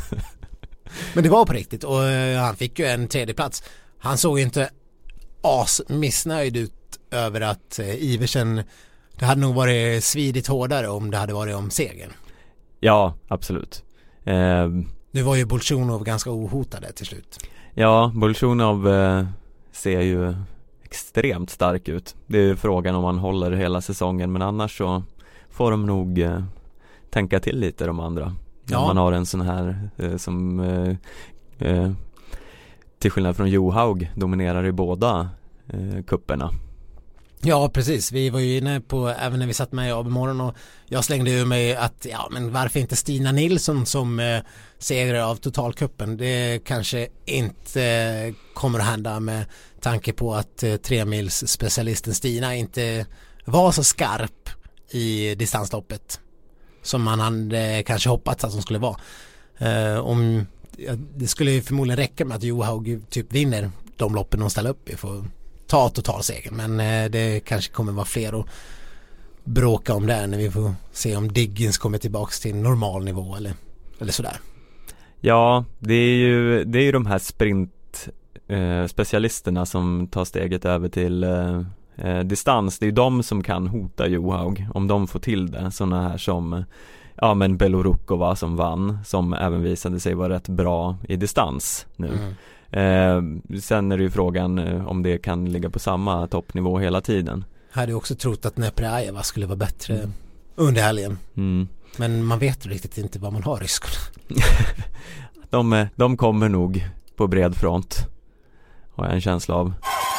Men det var på riktigt, och han fick ju en tredje plats. Han såg ju inte as missnöjd ut över att Iversen, det hade nog varit svidigt hårdare om det hade varit om segern. Ja, absolut. Eh, nu var ju Bolsjunov ganska ohotade till slut. Ja, Bolsjunov eh, ser ju extremt stark ut. Det är ju frågan om han håller hela säsongen, men annars så får de nog eh, tänka till lite de andra. Ja. När man har en sån här eh, som eh, eh, till skillnad från Johaug dominerar i båda eh, kupperna. Ja, precis. Vi var ju inne på, även när vi satt med i A B morgon, och jag slängde ju mig att, ja, men varför inte Stina Nilsson som eh, segrare av totalkuppen? Det kanske inte eh, kommer att hända med tanke på att eh, tremils specialisten Stina inte var så skarp i distansloppet som man hade kanske hoppats att hon skulle vara. Eh, om, ja, det skulle ju förmodligen räcka med att Johaug typ vinner de loppen hon ställer upp i för att ta totalseger, men eh, det kanske kommer vara fler att bråka om där när vi får se om Diggins kommer tillbaks till normal nivå eller, eller sådär. Ja, det är ju, det är ju de här sprint eh, specialisterna som tar steget över till eh, eh, distans. Det är ju de som kan hota Johaug om de får till det. Sådana här som ja, men Belorukova som vann, som även visade sig vara rätt bra i distans nu. Mm. Eh, sen är det ju frågan eh, om det kan ligga på samma toppnivå hela tiden. Jag hade också trott att Neprajeva skulle vara bättre mm. under helgen. Mm. Men man vet riktigt inte vad man har riskerna. de, de kommer nog på bred front, har jag en känsla av.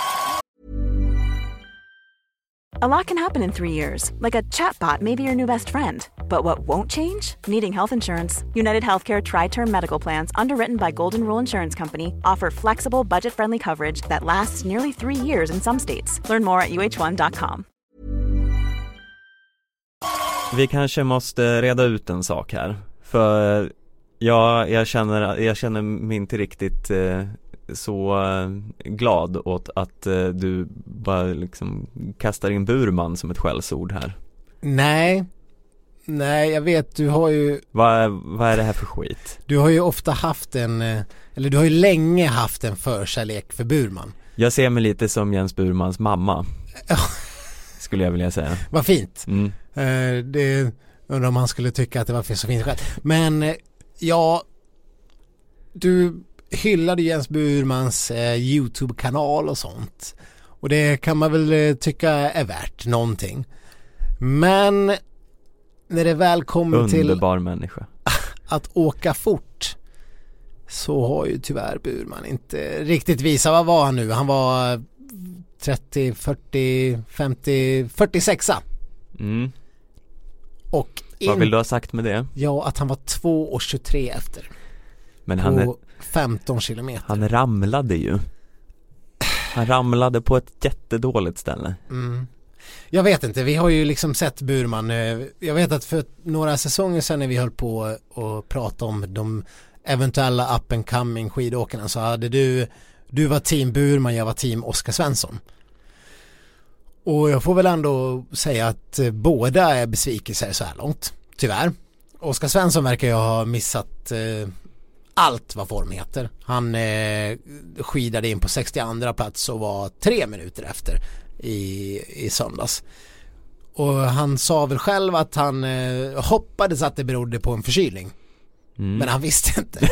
A lot can happen in three years, like a chatbot may be your new best friend. But what won't change? Needing health insurance. United Healthcare Tri-Term Medical Plans, underwritten by Golden Rule Insurance Company, offer flexible, budget-friendly coverage that lasts nearly three years in some states. Learn more at U H one dot com. Vi kanske måste reda ut en sak här. För jag, jag, känner, jag känner mig inte riktigt eh, så eh, glad åt att eh, du bara liksom kastar in Burman som ett skällsord här. Nej. Nej, jag vet, du har ju... Vad, vad är det här för skit? Du har ju ofta haft en, eller du har ju länge haft en förkärlek för Burman. Jag ser mig lite som Jens Burmans mamma. Skulle jag vilja säga. Vad fint. Mm. Uh, det undrar om han skulle tycka att det var så fint själv. Men uh, ja, du hyllade Jens Burmans uh, YouTube-kanal och sånt. Och det kan man väl uh, tycka är värt någonting. Men när det väl kommer Underbar till Underbar människa. Att åka fort, så har ju tyvärr Burman inte riktigt visat. Vad var han nu? Han var trettio, fyrtio, femtio, fyrtiosex. Mm. Och in... Vad vill du ha sagt med det? Ja, att han var två och tjugotre efter. Men på han är... femton kilometer. Han ramlade ju. Han ramlade på ett jättedåligt ställe. Mm. Jag vet inte, vi har ju liksom sett Burman. Jag vet att för några säsonger sedan när vi höll på och prata om de eventuella up and coming skidåkarna, så hade du du var team Burman, jag var team Oskar Svensson. Och jag får väl ändå säga att båda är besvikelser så här långt, tyvärr. Oskar Svensson verkar ju ha missat eh, allt vad form heter. Han eh, skidade in på sextioandra plats och var tre minuter efter i, i söndags. Och han sa väl själv att han eh, hoppades att det berodde på en förkylning. Mm. Men han visste inte.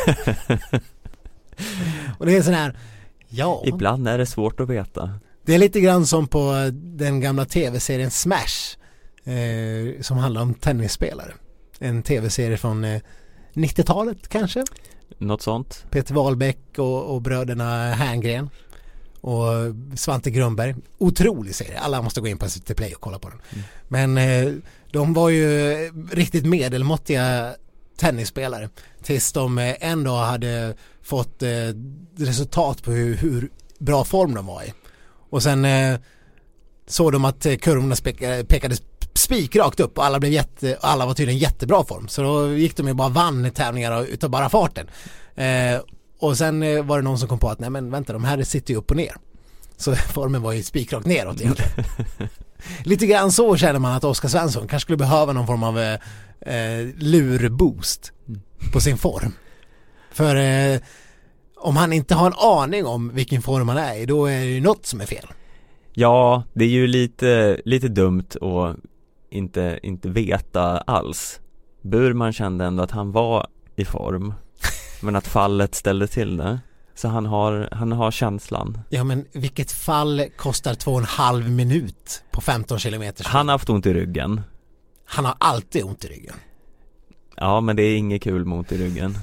Och det är sån här, ja. Ibland är det svårt att veta. Det är lite grann som på den gamla tv-serien Smash, eh, som handlar om tennisspelare. En tv-serie från eh, nittiotalet kanske. Något sånt. Peter Wahlbeck och, och bröderna Herngren och Svante Grönberg. Otrolig serie. Alla måste gå in på S V T Play och kolla på den. Mm. Men eh, de var ju riktigt medelmåttiga tennisspelare tills de eh, en dag hade fått eh, resultat på hur, hur bra form de var i. Och sen eh, såg de att eh, kurvorna spek- pekade spikrakt upp och alla blev jätte, alla var tydligen jättebra form. Så då gick de ju bara vann i tävlingar utav bara farten. Eh, och sen eh, var det någon som kom på att nej men vänta, de här sitter ju upp och ner. Så formen var ju spikrakt neråt egentligen. Lite grann så känner man att Oskar Svensson kanske skulle behöva någon form av eh, lurboost på sin form. För eh, om han inte har en aning om vilken form han är i, då är det ju något som är fel. Ja, det är ju lite, lite dumt att inte, inte veta alls. Burman kände ändå att han var i form, men att fallet ställde till det. Så han har, han har känslan. Ja, men vilket fall kostar två och en halv minut på femton kilometer? Han har haft ont i ryggen. Han har alltid ont i ryggen. Ja, men det är inget kul med ont i ryggen.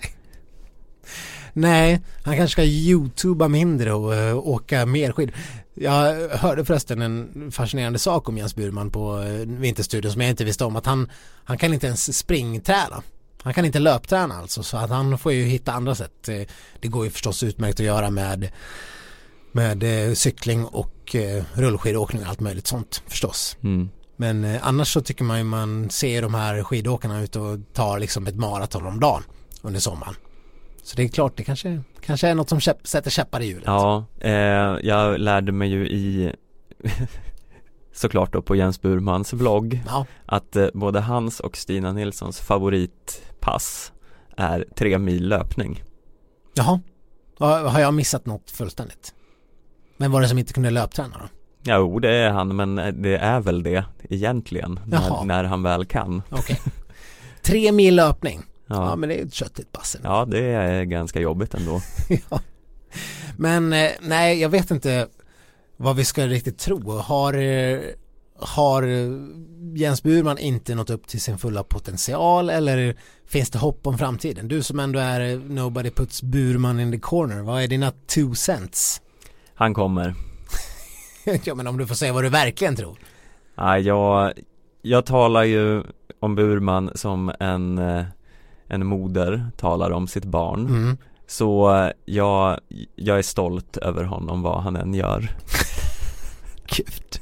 Nej, han kanske ska YouTuba mindre och uh, åka mer skid. Jag hörde förresten en fascinerande sak om Jens Burman på uh, Vinterstudion som jag inte visste om. Att han, han kan inte ens springträna. Han kan inte löpträna alltså, så att han får ju hitta andra sätt. Uh, det går ju förstås utmärkt att göra med, med uh, cykling och uh, rullskidåkning och allt möjligt sånt förstås. Mm. Men uh, annars så tycker man ju man ser de här skidåkarna ut och tar liksom ett maraton om dagen under sommaren. Så det är klart, det kanske, kanske är något som käpp, sätter käppar i hjulet. Ja, eh, jag lärde mig ju i såklart då på Jens Burmans vlogg ja. att eh, både hans och Stina Nilssons favoritpass är tre mil löpning. Jaha, har jag missat något fullständigt? Men var det som inte kunde löpträna då? Jo, det är han, men det är väl det egentligen när, när han väl kan. Okej. Tre mil löpning. Ja. Ja, men det är ett köttigt pass. Ja, det är ganska jobbigt ändå. Ja. Men eh, nej, jag vet inte vad vi ska riktigt tro. Har, eh, har Jens Burman inte nått upp till sin fulla potential, eller finns det hopp om framtiden? Du som ändå är nobody puts Burman in the corner. Vad är dina two cents? Han kommer. Ja, men om du får säga vad du verkligen tror. Ja, jag, jag talar ju om Burman som en... en moder talar om sitt barn. Mm. Så jag, jag är stolt över honom vad han än gör. Gud.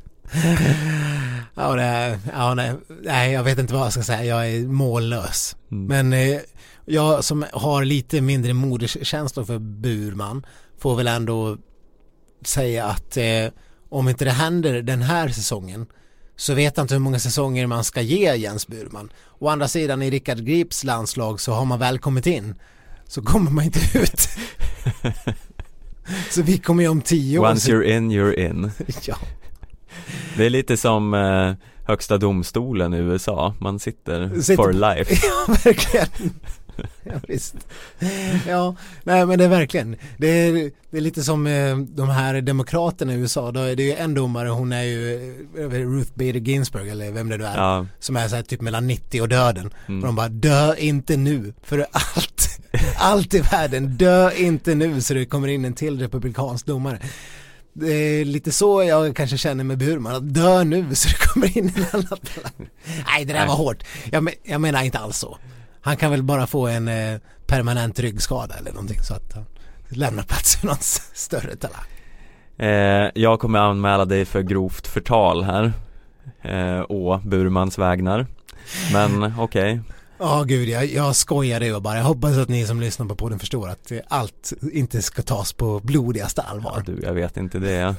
Ja, det, ja, nej, nej, jag vet inte vad jag ska säga. Jag är mållös. Mm. Men eh, jag som har lite mindre moderskänslor för Burman får väl ändå säga att eh, om inte det händer den här säsongen så vet jag inte hur många säsonger man ska ge Jens Burman. Å andra sidan i Rickard Grips landslag så har man väl kommit in, så kommer man inte ut. Så vi kommer ju om tio år. Once you're in, you're in. Ja. Det är lite som eh, högsta domstolen i U S A. Man sitter, sitter for life. Ja, verkligen. Ja, visst. Ja, nej, men det är verkligen det är, det är lite som eh, de här demokraterna i U S A. Då är det ju en domare, hon är ju Ruth Bader Ginsburg eller vem det nu är, ja. Som är så här typ mellan nittio och döden. Mm. Och de bara, dö inte nu för allt, allt i världen, dö inte nu så det kommer in en till republikansk domare. Det är lite så jag kanske känner med Burman, att dö nu så det kommer in en annan. Nej, det där var hårt. Jag, men, jag menar inte alls så. Han kan väl bara få en eh, permanent ryggskada eller någonting så att han lämnar plats för någon större talang. Eh, jag kommer anmäla dig för grovt förtal här. Eh, å Burmans vägnar. Men okej. Okay. Ja, oh, gud, jag, jag skojar det bara. Jag hoppas att ni som lyssnar på podden förstår att allt inte ska tas på blodigaste allvar. Ja, du, jag vet inte det.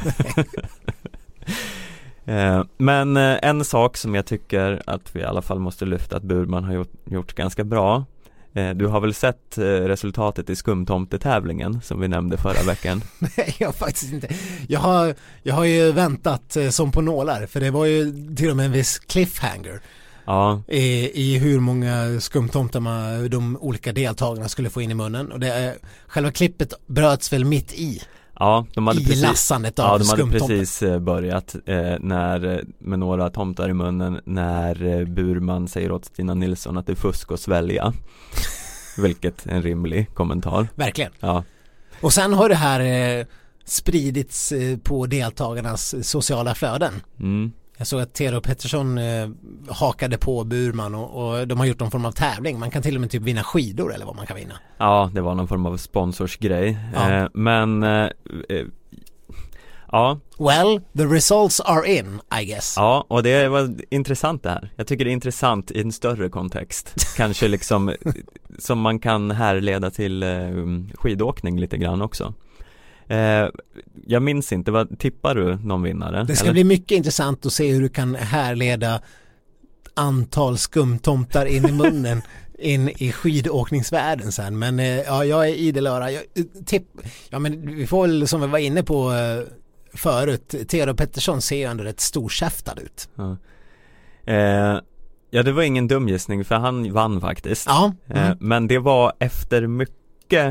eh, men eh, en sak som jag tycker att vi i alla fall måste lyfta att Burman har gjort, gjort ganska bra. Eh, du har väl sett eh, resultatet i skumtomtetävlingen som vi nämnde förra veckan? Nej, jag har faktiskt inte. Jag har, jag har ju väntat eh, som på nålar, för det var ju till och med en viss cliffhanger. Ja. I, i hur många skumtomtar man, de olika deltagarna skulle få in i munnen. Och det, själva klippet bröts väl mitt i. Ja, de hade i precis, lassandet av ja, de hade skumtomtar. precis börjat eh, när, med några tomtar i munnen när eh, Burman säger åt Stina Nilsson att det är fusk att svälja. Vilket är en rimlig kommentar. Verkligen. Ja. Och sen har det här eh, spridits eh, på deltagarnas sociala flöden. Mm. Jag såg att Theodor Pettersson eh, hakade på Burman och, och de har gjort någon form av tävling. Man kan till och med typ vinna skidor eller vad man kan vinna. Ja, det var någon form av sponsorsgrej. Ja. Eh, men eh, eh, ja. Well, the results are in, I guess. Ja, och det var intressant det här. Jag tycker det är intressant i en större kontext. Kanske liksom som man kan härleda till eh, skidåkning lite grann också. Eh, jag minns inte, vad tippar du någon vinnare? Det ska eller? bli mycket intressant att se hur du kan härleda antal skumtomtar in i munnen in i skidåkningsvärlden sen. Men eh, ja, jag är idelöra. Jag, tipp, ja, men vi får väl, som vi var inne på eh, förut, Theodor Pettersson ser ju ändå rätt storkäftad ut. Ja. Eh, ja, det var ingen dum gissning för han vann faktiskt. Ja. Mm. Eh, men det var efter mycket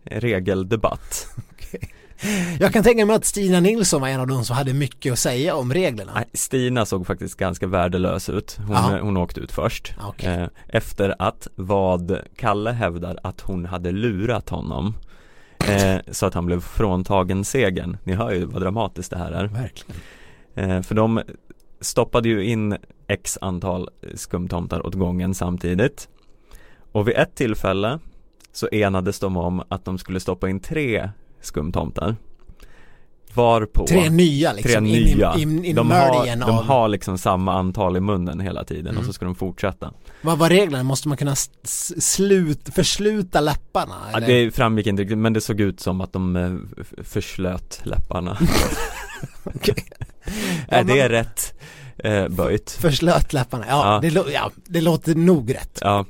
regeldebatt. Okay. Jag kan tänka mig att Stina Nilsson var en av de som hade mycket att säga om reglerna. Nej, Stina såg faktiskt ganska värdelös ut. Hon, hon åkte ut först. Okay. Eh, efter att vad Kalle hävdar att hon hade lurat honom. Eh, så att han blev fråntagen segern. Ni hör ju vad dramatiskt det här är. Verkligen. Eh, för de stoppade ju in x antal skumtomtar åt gången samtidigt. Och vid ett tillfälle så enades de om att de skulle stoppa in tre skumtomtar. Varpå tre nya liksom. Tre nya. In, in, in de har, av... de har liksom samma antal i munnen hela tiden mm. och så ska de fortsätta. Vad var reglerna? Måste man kunna slut, försluta läpparna? Ja, det framgick inte riktigt, men det såg ut som att de eh, förslöt läpparna. Okay. Är det rätt eh, böjt? Förslöt läpparna, ja, ja. Det, ja det låter nog rätt. Ja.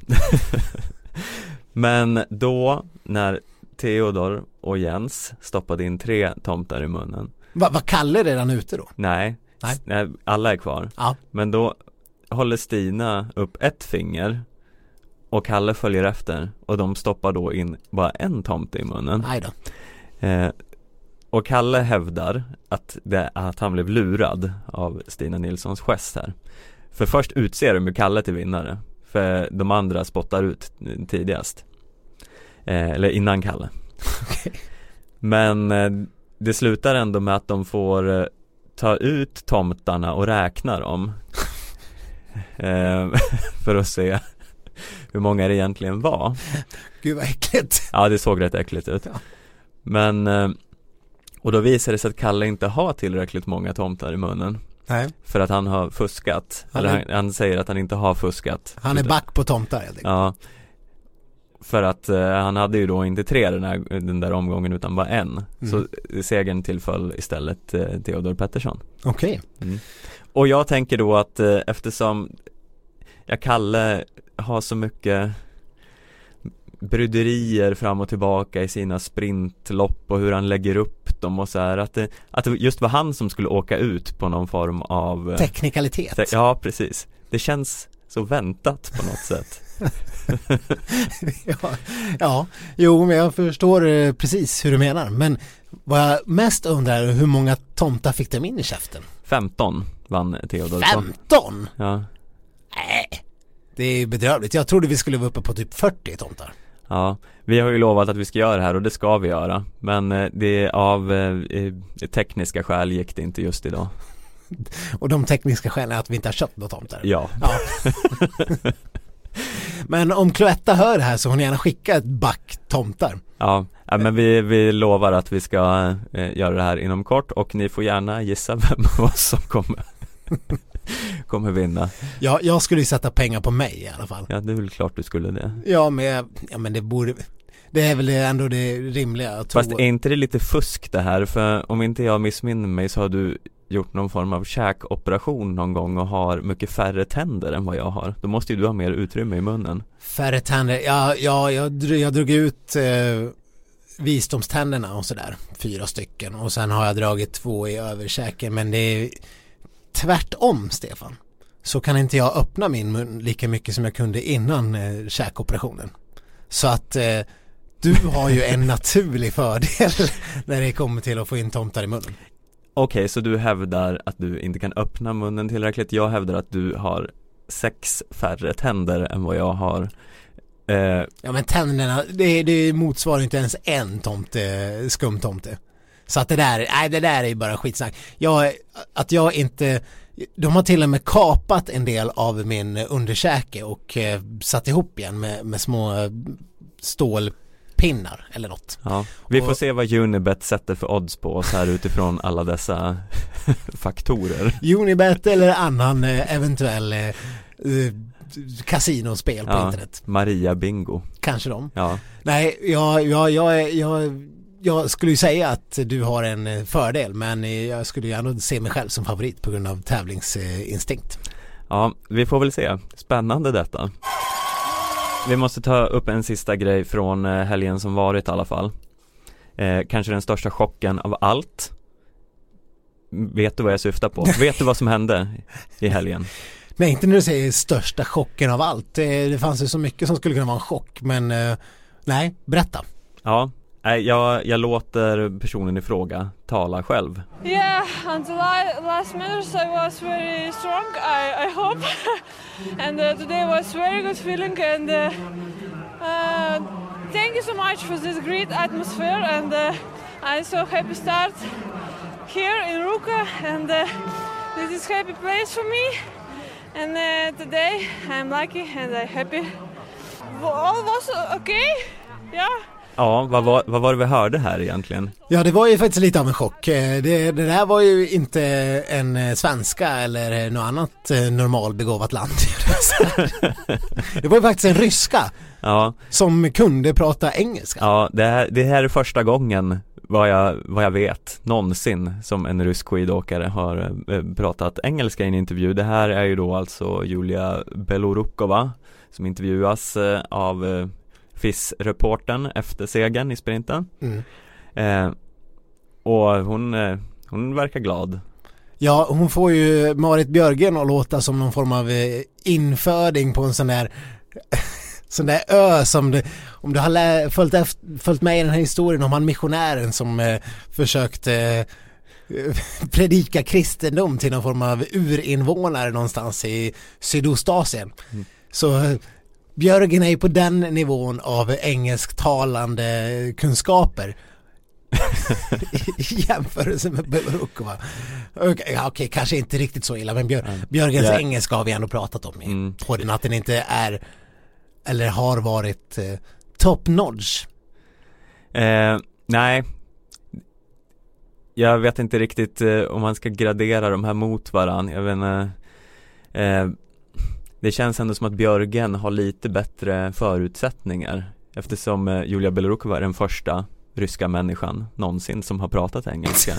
Men då när Theodor och Jens stoppade in tre tomtar i munnen. Vad va Kalle redan ute då? Nej, Nej. Nej, alla är kvar. Ja. Men då håller Stina upp ett finger och Kalle följer efter och de stoppar då in bara en tomte i munnen. Nej då. Eh, och Kalle hävdar att, det, att han blev lurad av Stina Nilssons gest här. För först utser de ju Kalle till vinnare. För de andra spottar ut tidigast. Eh, eller innan Kalle. Okay. Men eh, det slutar ändå med att de får eh, ta ut tomtarna och räkna dem. eh, för att se hur många det egentligen var. Gud vad äckligt. Ja, det såg rätt äckligt ut. Ja. Men eh, och då visar det sig att Kalle inte har tillräckligt många tomtar i munnen. Nej. För att han har fuskat. Han Eller är... han, han säger att han inte har fuskat. Han är back på tomtar. Jag ja. För att eh, han hade ju då inte tre den, här, den där omgången utan bara en. Mm. Så segern tillföll istället eh, Theodor Pettersson. Okej. Okay. Mm. Och jag tänker då att eh, eftersom jag Kalle har så mycket bryderier fram och tillbaka i sina sprintlopp och hur han lägger upp dem och så här, att det, att det just var han som skulle åka ut på någon form av teknikalitet. Te- ja, precis. Det känns så väntat på något sätt. ja, ja, jo, men jag förstår eh, precis hur du menar. Men vad jag mest undrar är hur många tomtar fick de in i käften? femton vann Theodor. femton? Ja. Nej, det är bedrövligt. Jag trodde vi skulle vara uppe på typ fyrtio tomtar. Ja, vi har ju lovat att vi ska göra det här och det ska vi göra. Men det av eh, tekniska skäl gick det inte just idag. Och de tekniska skälen är att vi inte har köpt några tomtar. Ja. ja. Men om Cloetta hör det här så hon gärna skicka ett back tomtar. Ja, ja men vi, vi lovar att vi ska eh, göra det här inom kort och ni får gärna gissa vem av oss som kommer kommer vinna. Ja, jag skulle ju sätta pengar på mig i alla fall. Ja, det är väl klart du skulle det. Ja, men, ja, men det borde... Det är väl ändå det rimliga. Att Fast tro... är inte det lite fusk det här? För om inte jag missminner mig så har du gjort någon form av käkoperation någon gång och har mycket färre tänder än vad jag har. Då måste ju du ha mer utrymme i munnen. Färre tänder? Ja, ja jag, jag drog ut eh, visdomständerna och sådär. Fyra stycken. Och sen har jag dragit två i överkäken. Men det är tvärtom, Stefan. Så kan inte jag öppna min mun lika mycket som jag kunde innan eh, käkoperationen. Så att eh, du har ju en naturlig fördel när det kommer till att få in tomtar i munnen. Okej, okay, så du hävdar att du inte kan öppna munnen tillräckligt. Jag hävdar att du har sex färre tänder än vad jag har. Eh... Ja, men tänderna, det, det motsvarar inte ens en tomte, skumtomte. Så att det där, nej, det där är ju bara skitsnack. Jag, att jag inte... De har till och med kapat en del av min underkäke och eh, satt ihop igen med, med små stålpinnar eller något. Ja, vi får och, se vad Unibet sätter för odds på oss här utifrån alla dessa faktorer. Unibet eller annan eh, eventuell eh, kasinospel på ja, internet. Maria Bingo. Kanske de. Ja. Nej, jag, jag, jag, jag, jag skulle ju säga att du har en fördel, men jag skulle ju ändå se mig själv som favorit på grund av tävlingsinstinkt. Ja, vi får väl se. Spännande detta. Vi måste ta upp en sista grej från helgen som varit i alla fall. Eh, kanske den största chocken av allt. Vet du vad jag syftar på? Vet du vad som hände i helgen? Nej, inte när du säger största chocken av allt. Det, det fanns ju så mycket som skulle kunna vara en chock, men eh, nej, berätta. Ja, Nej, jag, jag låter personen i fråga tala själv. Yeah, until I, last meters I was very strong, I, I hope. And uh, today was very good feeling, and uh, uh, thank you so much for this great atmosphere, and uh, I'm so happy to start here in Ruka, and uh, this is happy place for me. And uh, today I'm lucky and I'm happy. All was okay, yeah. Ja, vad var, vad var det vi hörde här egentligen? Ja, det var ju faktiskt lite av en chock. Det, det där var ju inte en svenska eller något annat normalbegåvat land. Det var ju faktiskt en ryska ja. som kunde prata engelska. Ja, det här, det här är första gången vad jag, vad jag vet någonsin som en rysk skidåkare har eh, pratat engelska i en intervju. Det här är ju då alltså Julia Belorukova som intervjuas eh, av eh, F I S-reportern efter segern i sprinten. Mm. Eh, och hon, eh, hon verkar glad. Ja, hon får ju Marit Björgen att låta som någon form av eh, inföding på en sån där sån där ö som det, om du har lä- följt, efter, följt med i den här historien om han missionären som eh, försökte eh, predika kristendom till någon form av urinvånare någonstans i Sydostasien. Mm. Så eh, Björgen är ju på den nivån av engelsktalande kunskaper i jämförelse med Belorukova. Okej, okay, okay, kanske inte riktigt så illa, men Björ- mm. Björgens yeah. engelska har vi ändå pratat om i mm. podden, att den inte är eller har varit eh, top notch. Eh, nej. Jag vet inte riktigt eh, om man ska gradera de här mot varann. Jag vet inte, eh, det känns ändå som att Björgen har lite bättre förutsättningar eftersom eh, Julia Belorukova är den första ryska människan någonsin som har pratat engelska.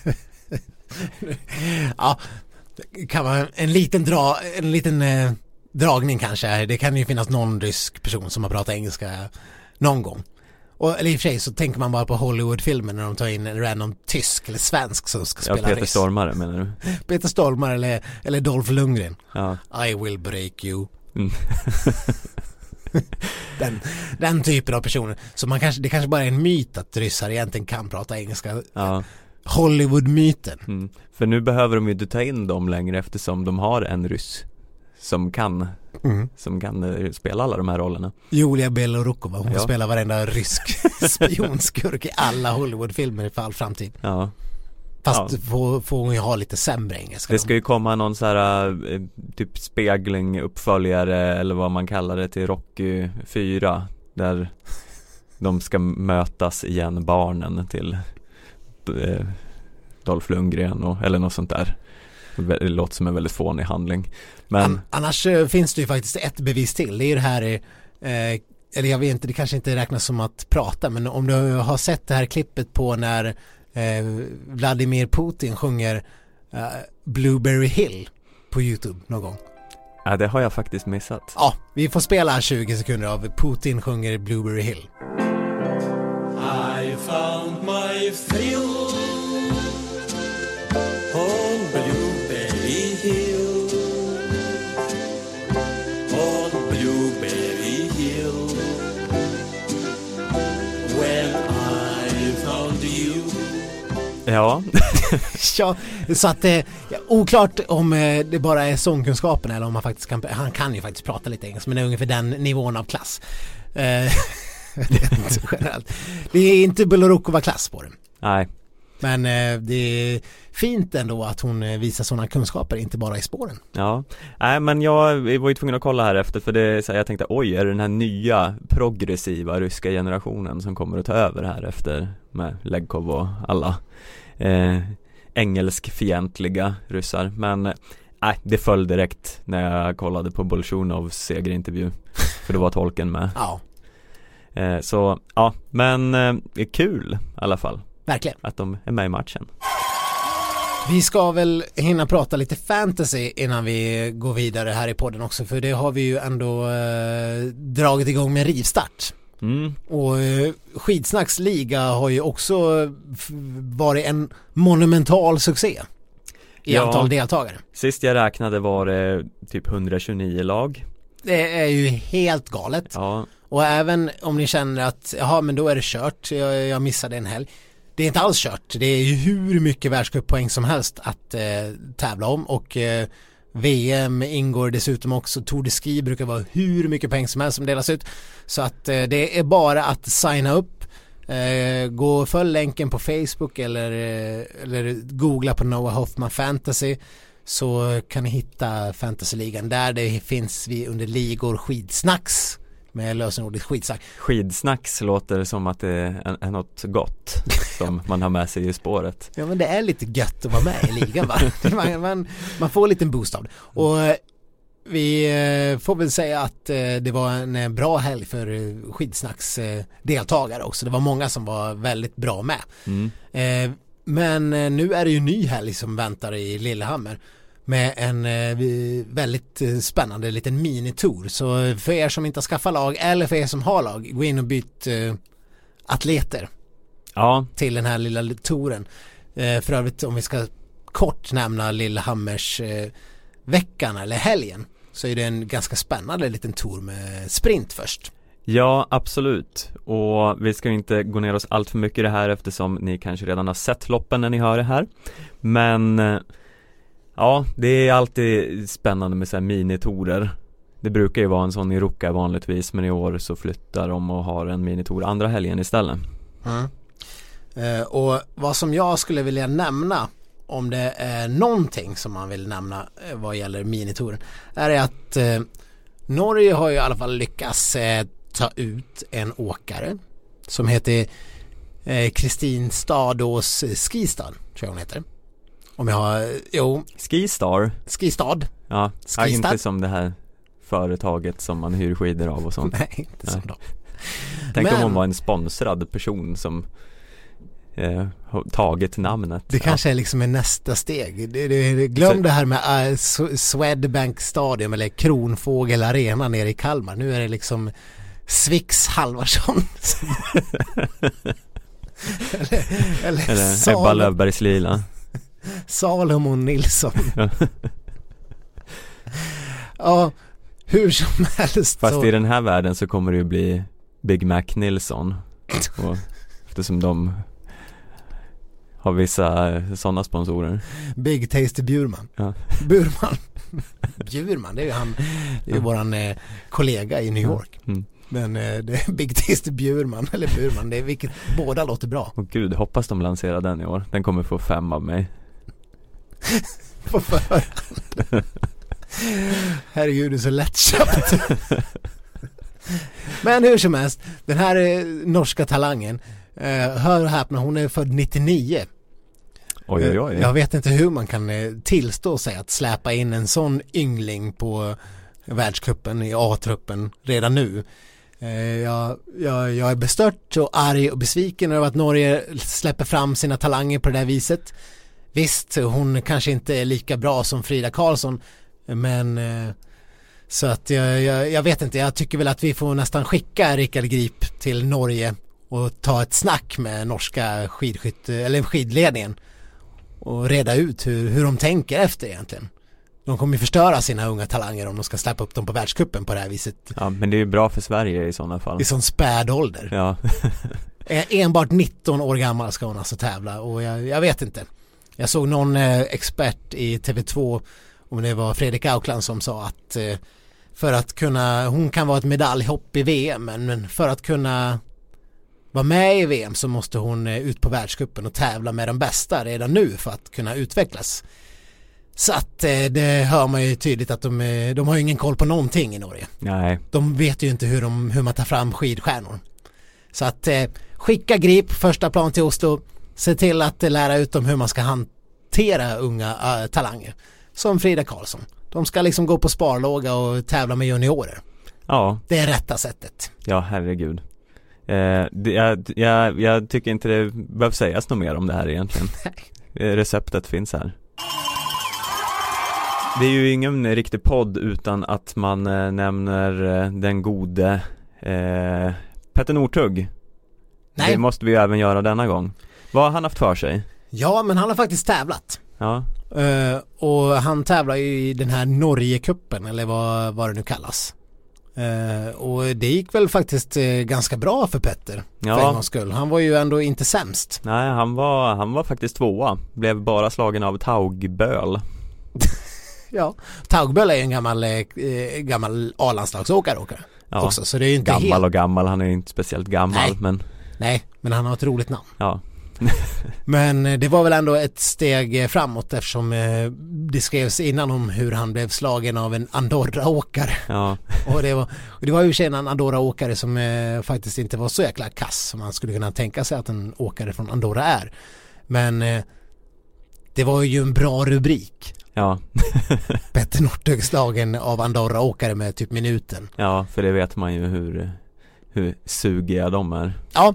Ja, det kan vara en liten dra en liten eh, dragning kanske. Det kan ju finnas någon rysk person som har pratat engelska någon gång. Och, eller i och för sig så tänker man bara på Hollywoodfilmer när de tar in en random tysk eller svensk som ska spela ryss. Ja, Peter Stormare menar du? Peter Stormare eller, eller Dolph Lundgren. Ja. I will break you. Mm. den, den typen av personer. Så man kanske, det kanske bara är en myt att ryssar egentligen kan prata engelska. Ja. Hollywood-myten. Mm. För nu behöver de ju inte ta in dem längre eftersom de har en ryss som kan mm. som kan spela alla de här rollerna. Julia Belorukova, hon ja. spelar varenda rysk spionskurk i alla Hollywoodfilmer för all framtid. Ja. Fast ja. får, får hon ju ha lite sämre engelska. Det ska ju komma någon så här typ spegling, uppföljare eller vad man kallar det till Rocky fyra där de ska mötas igen, barnen till eh, Dolph Lundgren och, eller något sånt där. Det låter som en väldigt fånig handling. Men An- annars uh, finns det ju faktiskt ett bevis till. Det är ju det här uh, eller jag vet inte, det kanske inte räknas som att prata, men om du har sett det här klippet på när uh, Vladimir Putin sjunger uh, Blueberry Hill på YouTube någon gång. Ja, det har jag faktiskt missat. Ja, vi får spela tjugo sekunder av Putin sjunger Blueberry Hill. I found my thrill on Blueberry Hill, on Blueberry Hill, when I found you. Ja. Ja, så att det är oklart om det bara är sångkunskapen eller om man faktiskt kan, han kan ju faktiskt prata lite engelska, men det är ungefär den nivån av klass. Det är inte Belorukova-klass på det. Nej. Men eh, det är fint ändå att hon visar sådana kunskaper, inte bara i spåren. Ja, nej men jag var ju tvungen att kolla här efter för det, så jag tänkte, oj, är det den här nya progressiva ryska generationen som kommer att ta över här efter med Legkov och alla eh, engelskfientliga ryssar. Men nej, det föll direkt när jag kollade på Bolsjunovs segerintervju, för det var tolken med. Ja. Eh, så, ja, men eh, det är kul i alla fall. Verkligen. Att de är med i matchen. Vi ska väl hinna prata lite fantasy innan vi går vidare här i podden också, för det har vi ju ändå eh, dragit igång med rivstart. Mm. Och eh, Skidsnacks liga har ju också f- varit en monumental succé i ja, antal deltagare. Sist jag räknade var det typ etthundratjugonio lag. Det är ju helt galet. Ja. Och även om ni känner att jaha, men då är det kört, jag, jag missade en helg. Det är inte alls kört. Det är ju hur mycket världscuppoäng som helst att eh, tävla om. Och eh, V M ingår dessutom också. Tour de Ski brukar vara hur mycket pengar som helst som delas ut. Så att eh, det är bara att signa upp. Eh, gå och följ länken på Facebook eller, eh, eller googla på Noah Hoffman Fantasy. Så kan ni hitta Fantasyligan. Där det finns vi under ligor skidsnacks. Med lösenordet skidsnack. Skidsnacks låter som att det är, är något gott som man har med sig i spåret. Ja, men det är lite gött att vara med i ligan, va? man, man, man får en liten boost av det. Och vi får väl säga att det var en bra helg för skidsnacks deltagare också. Det var många som var väldigt bra med. Mm. Men nu är det ju ny helg som väntar i Lillehammer. Med en eh, väldigt eh, spännande liten minitour. Så för er som inte har skaffat lag eller för er som har lag, gå in och byt eh, atleter ja. till den här lilla touren. Eh, för övrigt, om vi ska kort nämna Lillehammers eh, veckan eller helgen, så är det en ganska spännande liten tour med sprint först. Ja, absolut. Och vi ska inte gå ner oss allt för mycket i det här eftersom ni kanske redan har sett loppen när ni hör det här. Men... Eh, ja, det är alltid spännande med så här minitorer. Det brukar ju vara en sån i Ruka vanligtvis, men i år så flyttar de och har en minitour andra helgen istället. Mm. Eh, och vad som jag skulle vilja nämna, om det är någonting som man vill nämna eh, vad gäller minitouren, är att eh, Norge har ju i alla fall lyckats eh, ta ut en åkare som heter Kristin eh, Stadås Skistad, tror jag hon heter. Om jag har, jo. Skistar. Skistad. Ja, Skistad. Ja, inte som det här företaget som man hyr skidor av och sånt. Nej, inte som ja. Tänk Men, om hon var en sponsrad person som eh, har tagit namnet. Det ja. kanske är liksom en nästa steg. Det, det, glöm Så, det här med uh, Swedbank Stadium eller Kronfågel Arena nere i Kalmar. Nu är det liksom Svix Halvarsson. eller eller, eller Ebba Löfbergs Lila. Salomon Nilsson. Ja, hur som helst. Fast så. I den här världen så kommer det ju bli Big Mac Nilsson. Och eftersom de har vissa sådana sponsorer. Big Tasty Bjurman. Ja. Burman. Bjurman, det är ju han. Det är ju ja. våran eh, kollega i New York. Mm. Men eh, det är Big Tasty Bjurman eller Burman, det är vilket båda låter bra. Och gud, hoppas de lanserar den i år. Den kommer få fem av mig. På förhand. Herregud, det är så lättköpt. Men hur som helst, den här eh, norska talangen, eh, hör och häpna, hon är född nittionio. Oj, oj, oj. Jag vet inte hur man kan eh, tillstå sig att släpa in en sån yngling på världscupen i A-truppen redan nu. Eh, jag, jag, jag är bestört och arg och besviken över att Norge släpper fram sina talanger på det där viset. Visst, hon kanske inte är lika bra som Frida Karlsson, men eh, så att jag, jag, jag vet inte, jag tycker väl att vi får nästan skicka Rickard Grip till Norge och ta ett snack med norska skidskytt, eller skidledningen och reda ut hur, hur de tänker efter egentligen. De kommer ju förstöra sina unga talanger om de ska släppa upp dem på världscupen på det här viset. Ja, men det är ju bra för Sverige i sådana fall. I sån späd ålder. Ja. Enbart nitton år gammal ska hon alltså tävla och jag, jag vet inte. Jag såg någon eh, expert i T V två, om det var Fredrik Aukland, som sa att eh, för att kunna, hon kan vara ett medaljhopp i V M, men för att kunna vara med i V M så måste hon eh, ut på världscupen och tävla med de bästa redan nu för att kunna utvecklas. Så att eh, det hör man ju tydligt att de, eh, de har ju ingen koll på någonting i Norge. Nej. De vet ju inte hur, de, hur man tar fram skidstjärnor. Så att eh, skicka Grip första plan till Oslo. Se till att lära ut dem hur man ska hantera unga äh, talanger. Som Frida Karlsson. De ska liksom gå på sparlåga och tävla med juniorer. Ja. Det är rätta sättet. Ja, herregud. Eh, det, jag, jag, jag tycker inte det behöver sägas något mer om det här egentligen. Nej. Receptet finns här. Det är ju ingen riktig podd utan att man eh, nämner eh, den gode eh, Petter Northug. Nej. Det måste vi även göra denna gång. Vad har han haft för sig? Ja, men han har faktiskt tävlat. Ja. Uh, och han tävlar ju i den här Norge-cupen, eller vad, vad det nu kallas. Eh, och det gick väl faktiskt eh, ganska bra för Petter Ja. för en gångs skull. Han var ju ändå inte sämst. Nej, han var, han var faktiskt tvåa. Blev bara slagen av Taugböl. Ja. Taugböl är ju en gammal, eh, gammal A-landslagsåkare åkare. Ja. Också, så det är ju inte Gammal helt... och gammal, han är ju inte speciellt gammal. Nej. Men Nej, men han har ett roligt namn. ja. Men det var väl ändå ett steg framåt eftersom eh, det skrevs innan om hur han blev slagen av en Andorra-åkare. Ja. Och det var, och det var ju en Andorra-åkare som eh, faktiskt inte var så jäkla kass som man skulle kunna tänka sig att en åkare från Andorra är. Men eh, det var ju en bra rubrik. Ja. Petter Northug slagen av Andorra-åkare med typ minuten. Ja, för det vet man ju hur, hur sugiga de är. Ja.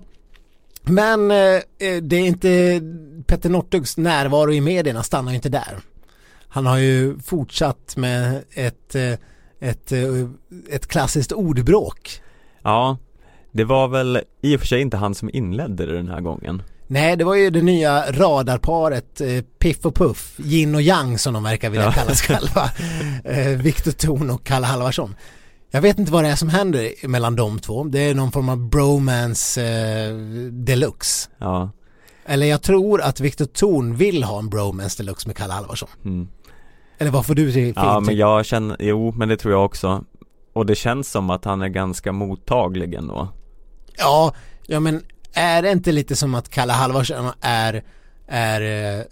Men eh, det är inte Petter Northugs närvaro i medierna stannar ju inte där. Han har ju fortsatt med ett, eh, ett, eh, ett klassiskt ordbråk. Ja, det var väl i och för sig inte han som inledde det den här gången. Nej, det var ju det nya radarparet eh, Piff och Puff, Yin och Yang som de verkar vilja Ja. kallas själva. eh, Viktor Thorn och Kalle Halvarsson. Jag vet inte vad det är som händer mellan de två. Det är någon form av bromance eh, deluxe. Ja. Eller jag tror att Viktor Thorn vill ha en bromance deluxe med Kalle Halvarsson. Mm. Eller vad får du till? Ja, men jag känner, jo, men det tror jag också. Och det känns som att han är ganska mottaglig ändå. Ja, ja, men är det inte lite som att Kalle Halvarsson är, är, är,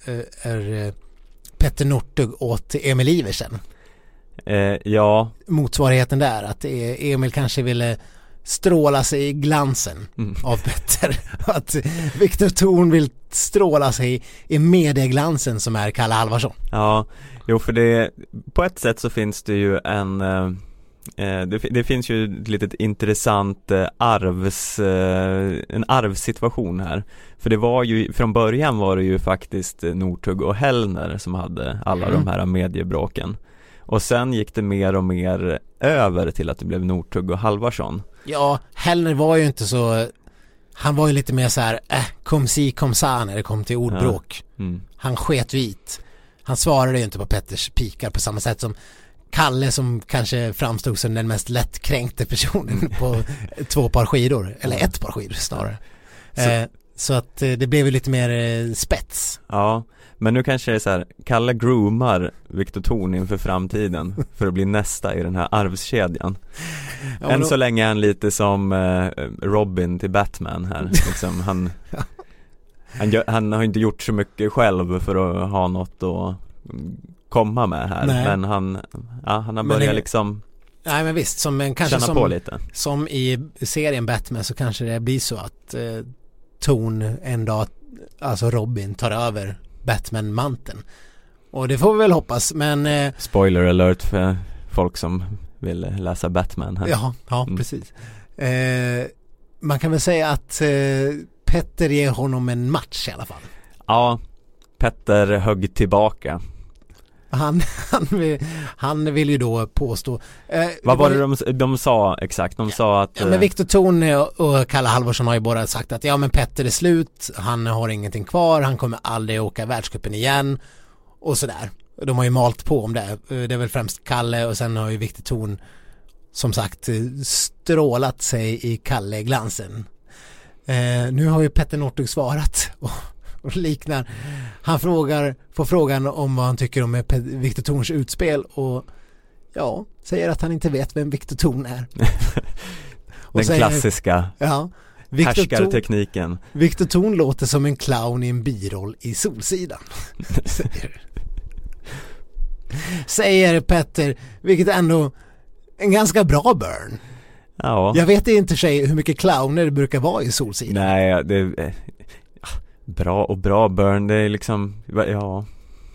är Petter Northug åt Emil Iversen? Eh, ja. Motsvarigheten där, att Emil kanske ville stråla sig i glansen Mm. av Petter. Att Viktor Thorn vill stråla sig i medieglansen som är Kalle Halvarsson. Ja, jo, för det, på ett sätt så finns det ju en eh, det, det finns ju ett litet intressant eh, arvs eh, en arvssituation här. För det var ju, från början var det ju faktiskt Northug och Hellner som hade alla Mm. de här mediebråken. Och sen gick det mer och mer över till att det blev Northug och Halvarsson. Ja, Hellner var ju inte så, han var ju lite mer så här äh, kom si kom sa när det kom till ordbråk. Ja. Mm. Han sket vit. Han svarade ju inte på Petters pikar på samma sätt som Kalle, som kanske framstod som den mest lättkränkte personen på två par skidor, eller ett par skidor snarare. Så, eh, så att eh, det blev ju lite mer eh, spets. ja, men nu kanske det är så här, Kalle groomar Viktor Thorn inför framtiden för att bli nästa i den här arvskedjan. Ja, Än då, så länge är han lite som eh, Robin till Batman här. Liksom, han, han, gör, han har inte gjort så mycket själv för att ha något att komma med här. Nej. Men han, ja, han har Men börjat det- liksom nej men visst, som, en, kanske känna på som, lite. som i serien Batman så kanske det blir så att eh, Thorn en dag, alltså Robin, tar över Batman-manteln. Och det får vi väl hoppas, men eh, Spoiler alert för folk som vill läsa Batman här. ja, ja Mm. precis. Eh, man kan väl säga att eh, Petter ger honom en match i alla fall. Ja, Petter högg tillbaka. Han, han, vill, han vill ju då påstå... Eh, Vad var det ju- de, de sa exakt? De sa att... Ja, men eh, Viktor Thorn och Kalle Halvarsson har ju båda sagt att ja, men Petter är slut, han har ingenting kvar, han kommer aldrig åka världscupen igen och sådär. De har ju malt på om det. Det är väl främst Kalle, och sen har ju Viktor Thorn som sagt strålat sig i Kalle-glansen. Eh, nu har ju Petter Northug svarat och, och liknar. Han frågar, får frågan om vad han tycker om Pe- Viktor Thorns utspel och ja, säger att han inte vet vem Viktor Thorn är. Och den säger- klassiska Ja, Viktor Thorn, härskartekniken. Viktor Thorn låter som en clown i en biroll i Solsidan. säger, säger Petter, vilket är ändå en ganska bra burn. Ja. Jag vet inte för sig hur mycket clowner det brukar vara i Solsidan. Nej, det är eh, bra och bra burn, det är liksom, ja.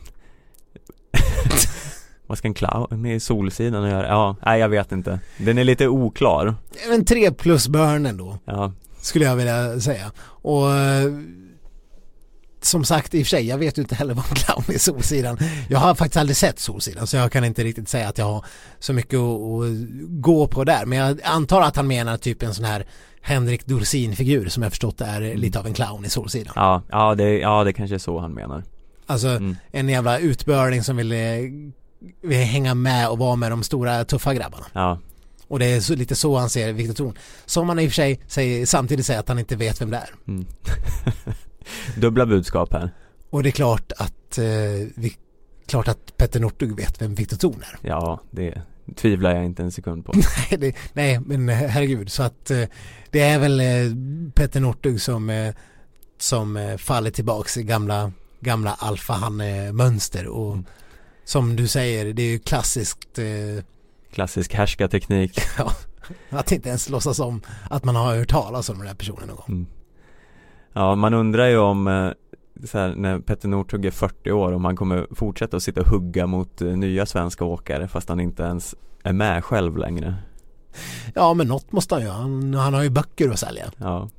Vad ska en clown med Solsidan att göra? Ja, nej, jag vet inte. Den är lite oklar. En tre plus burn ändå, Ja. skulle jag vilja säga. Och eh, som sagt, i och för sig, jag vet ju inte heller vad en clown är i Solsidan. Jag har faktiskt aldrig sett Solsidan, så jag kan inte riktigt säga att jag har så mycket att, att gå på där. Men jag antar att han menar typ en sån här Henrik Dorsin-figur som jag förstått är Mm. lite av en clown i Solsidan. Ja, ja, det, ja, det kanske är så han menar. Alltså Mm. en jävla utbörling som vill, eh, vill hänga med och vara med de stora tuffa grabbarna. Ja. Och det är så, lite så han ser Viktor Thorn. Som man i och för sig säger, samtidigt säger att han inte vet vem det är. Mm. Dubbla budskap här. Och det är klart att, eh, vi, klart att Petter Northug vet vem Viktor Thorn är. Ja, det tvivlar jag inte en sekund på. nej, det, nej, men herregud. Så att eh, det är väl eh, Petter Northug som, eh, som eh, faller tillbaks i gamla, gamla alfahanne-mönster. Och mm. som du säger, det är ju klassiskt... Eh, Klassisk härskarteknik. Ja, att inte ens låtsas om att man har hört talas om den här personen någon gång. Mm. Ja, man undrar ju om eh, så här, när Petter Northug är fyrtio år, om han kommer fortsätta att sitta och hugga mot eh, nya svenska åkare fast han inte ens är med själv längre. Ja, men något måste han ju. Han, han har ju böcker att sälja. Ja.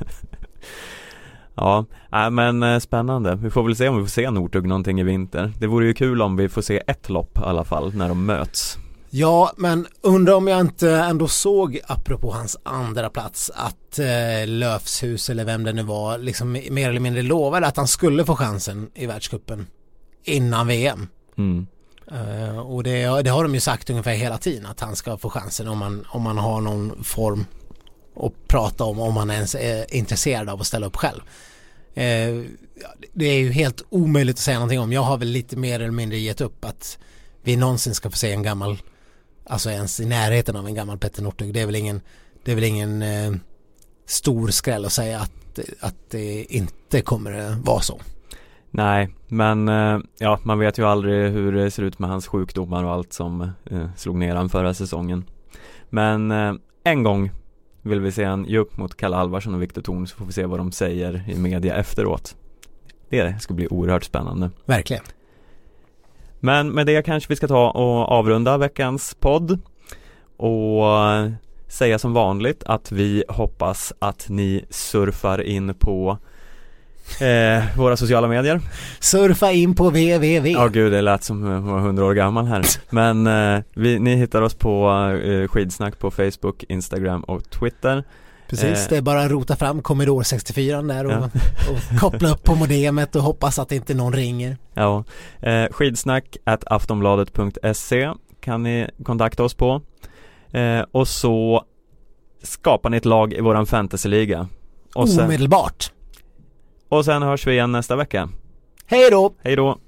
Ja, äh, men eh, spännande. Vi får väl se om vi får se Northug någonting i vinter. Det vore ju kul om vi får se ett lopp i alla fall när de möts. Ja, men undrar om jag inte ändå såg, apropå hans andra plats, att eh, Löfshus eller vem det nu var liksom mer eller mindre lovade att han skulle få chansen i världscupen innan V M. Mm. Uh, och det, det har de ju sagt ungefär hela tiden, att han ska få chansen om man, om man har någon form att prata om, om man ens är intresserad av att ställa upp själv. Uh, det är ju helt omöjligt att säga någonting om. Jag har väl lite mer eller mindre gett upp att vi någonsin ska få se en gammal, alltså ens i närheten av en gammal Petter Northug. Det är väl ingen, det är väl ingen uh, stor skräll att säga att, att det inte kommer vara så. Nej, men ja, man vet ju aldrig hur det ser ut med hans sjukdomar och allt som eh, slog ner han förra säsongen. Men eh, en gång vill vi se en ge upp mot Kalle Alvarsson och Viktor Thorn, så får vi se vad de säger i media efteråt. Det ska bli oerhört spännande. Verkligen. Men med det kanske vi ska ta och avrunda veckans podd och säga som vanligt att vi hoppas att ni surfar in på Eh, våra sociala medier. Surfa in på www. Ja, oh, gud, det lät som jag var hundra år gammal här. Men eh, vi, ni hittar oss på eh, Skidsnack på Facebook, Instagram och Twitter. Precis, eh, det är bara att rota fram Commodore sextiofyra där och, ja. och koppla upp på modemet och hoppas att inte någon ringer. Ja, eh, skidsnack at aftonbladet punkt se kan ni kontakta oss på. Eh, och så skapar ni ett lag i våran fantasyliga. Och sen, omedelbart. Och sen hörs vi igen nästa vecka. Hej då! Hej då!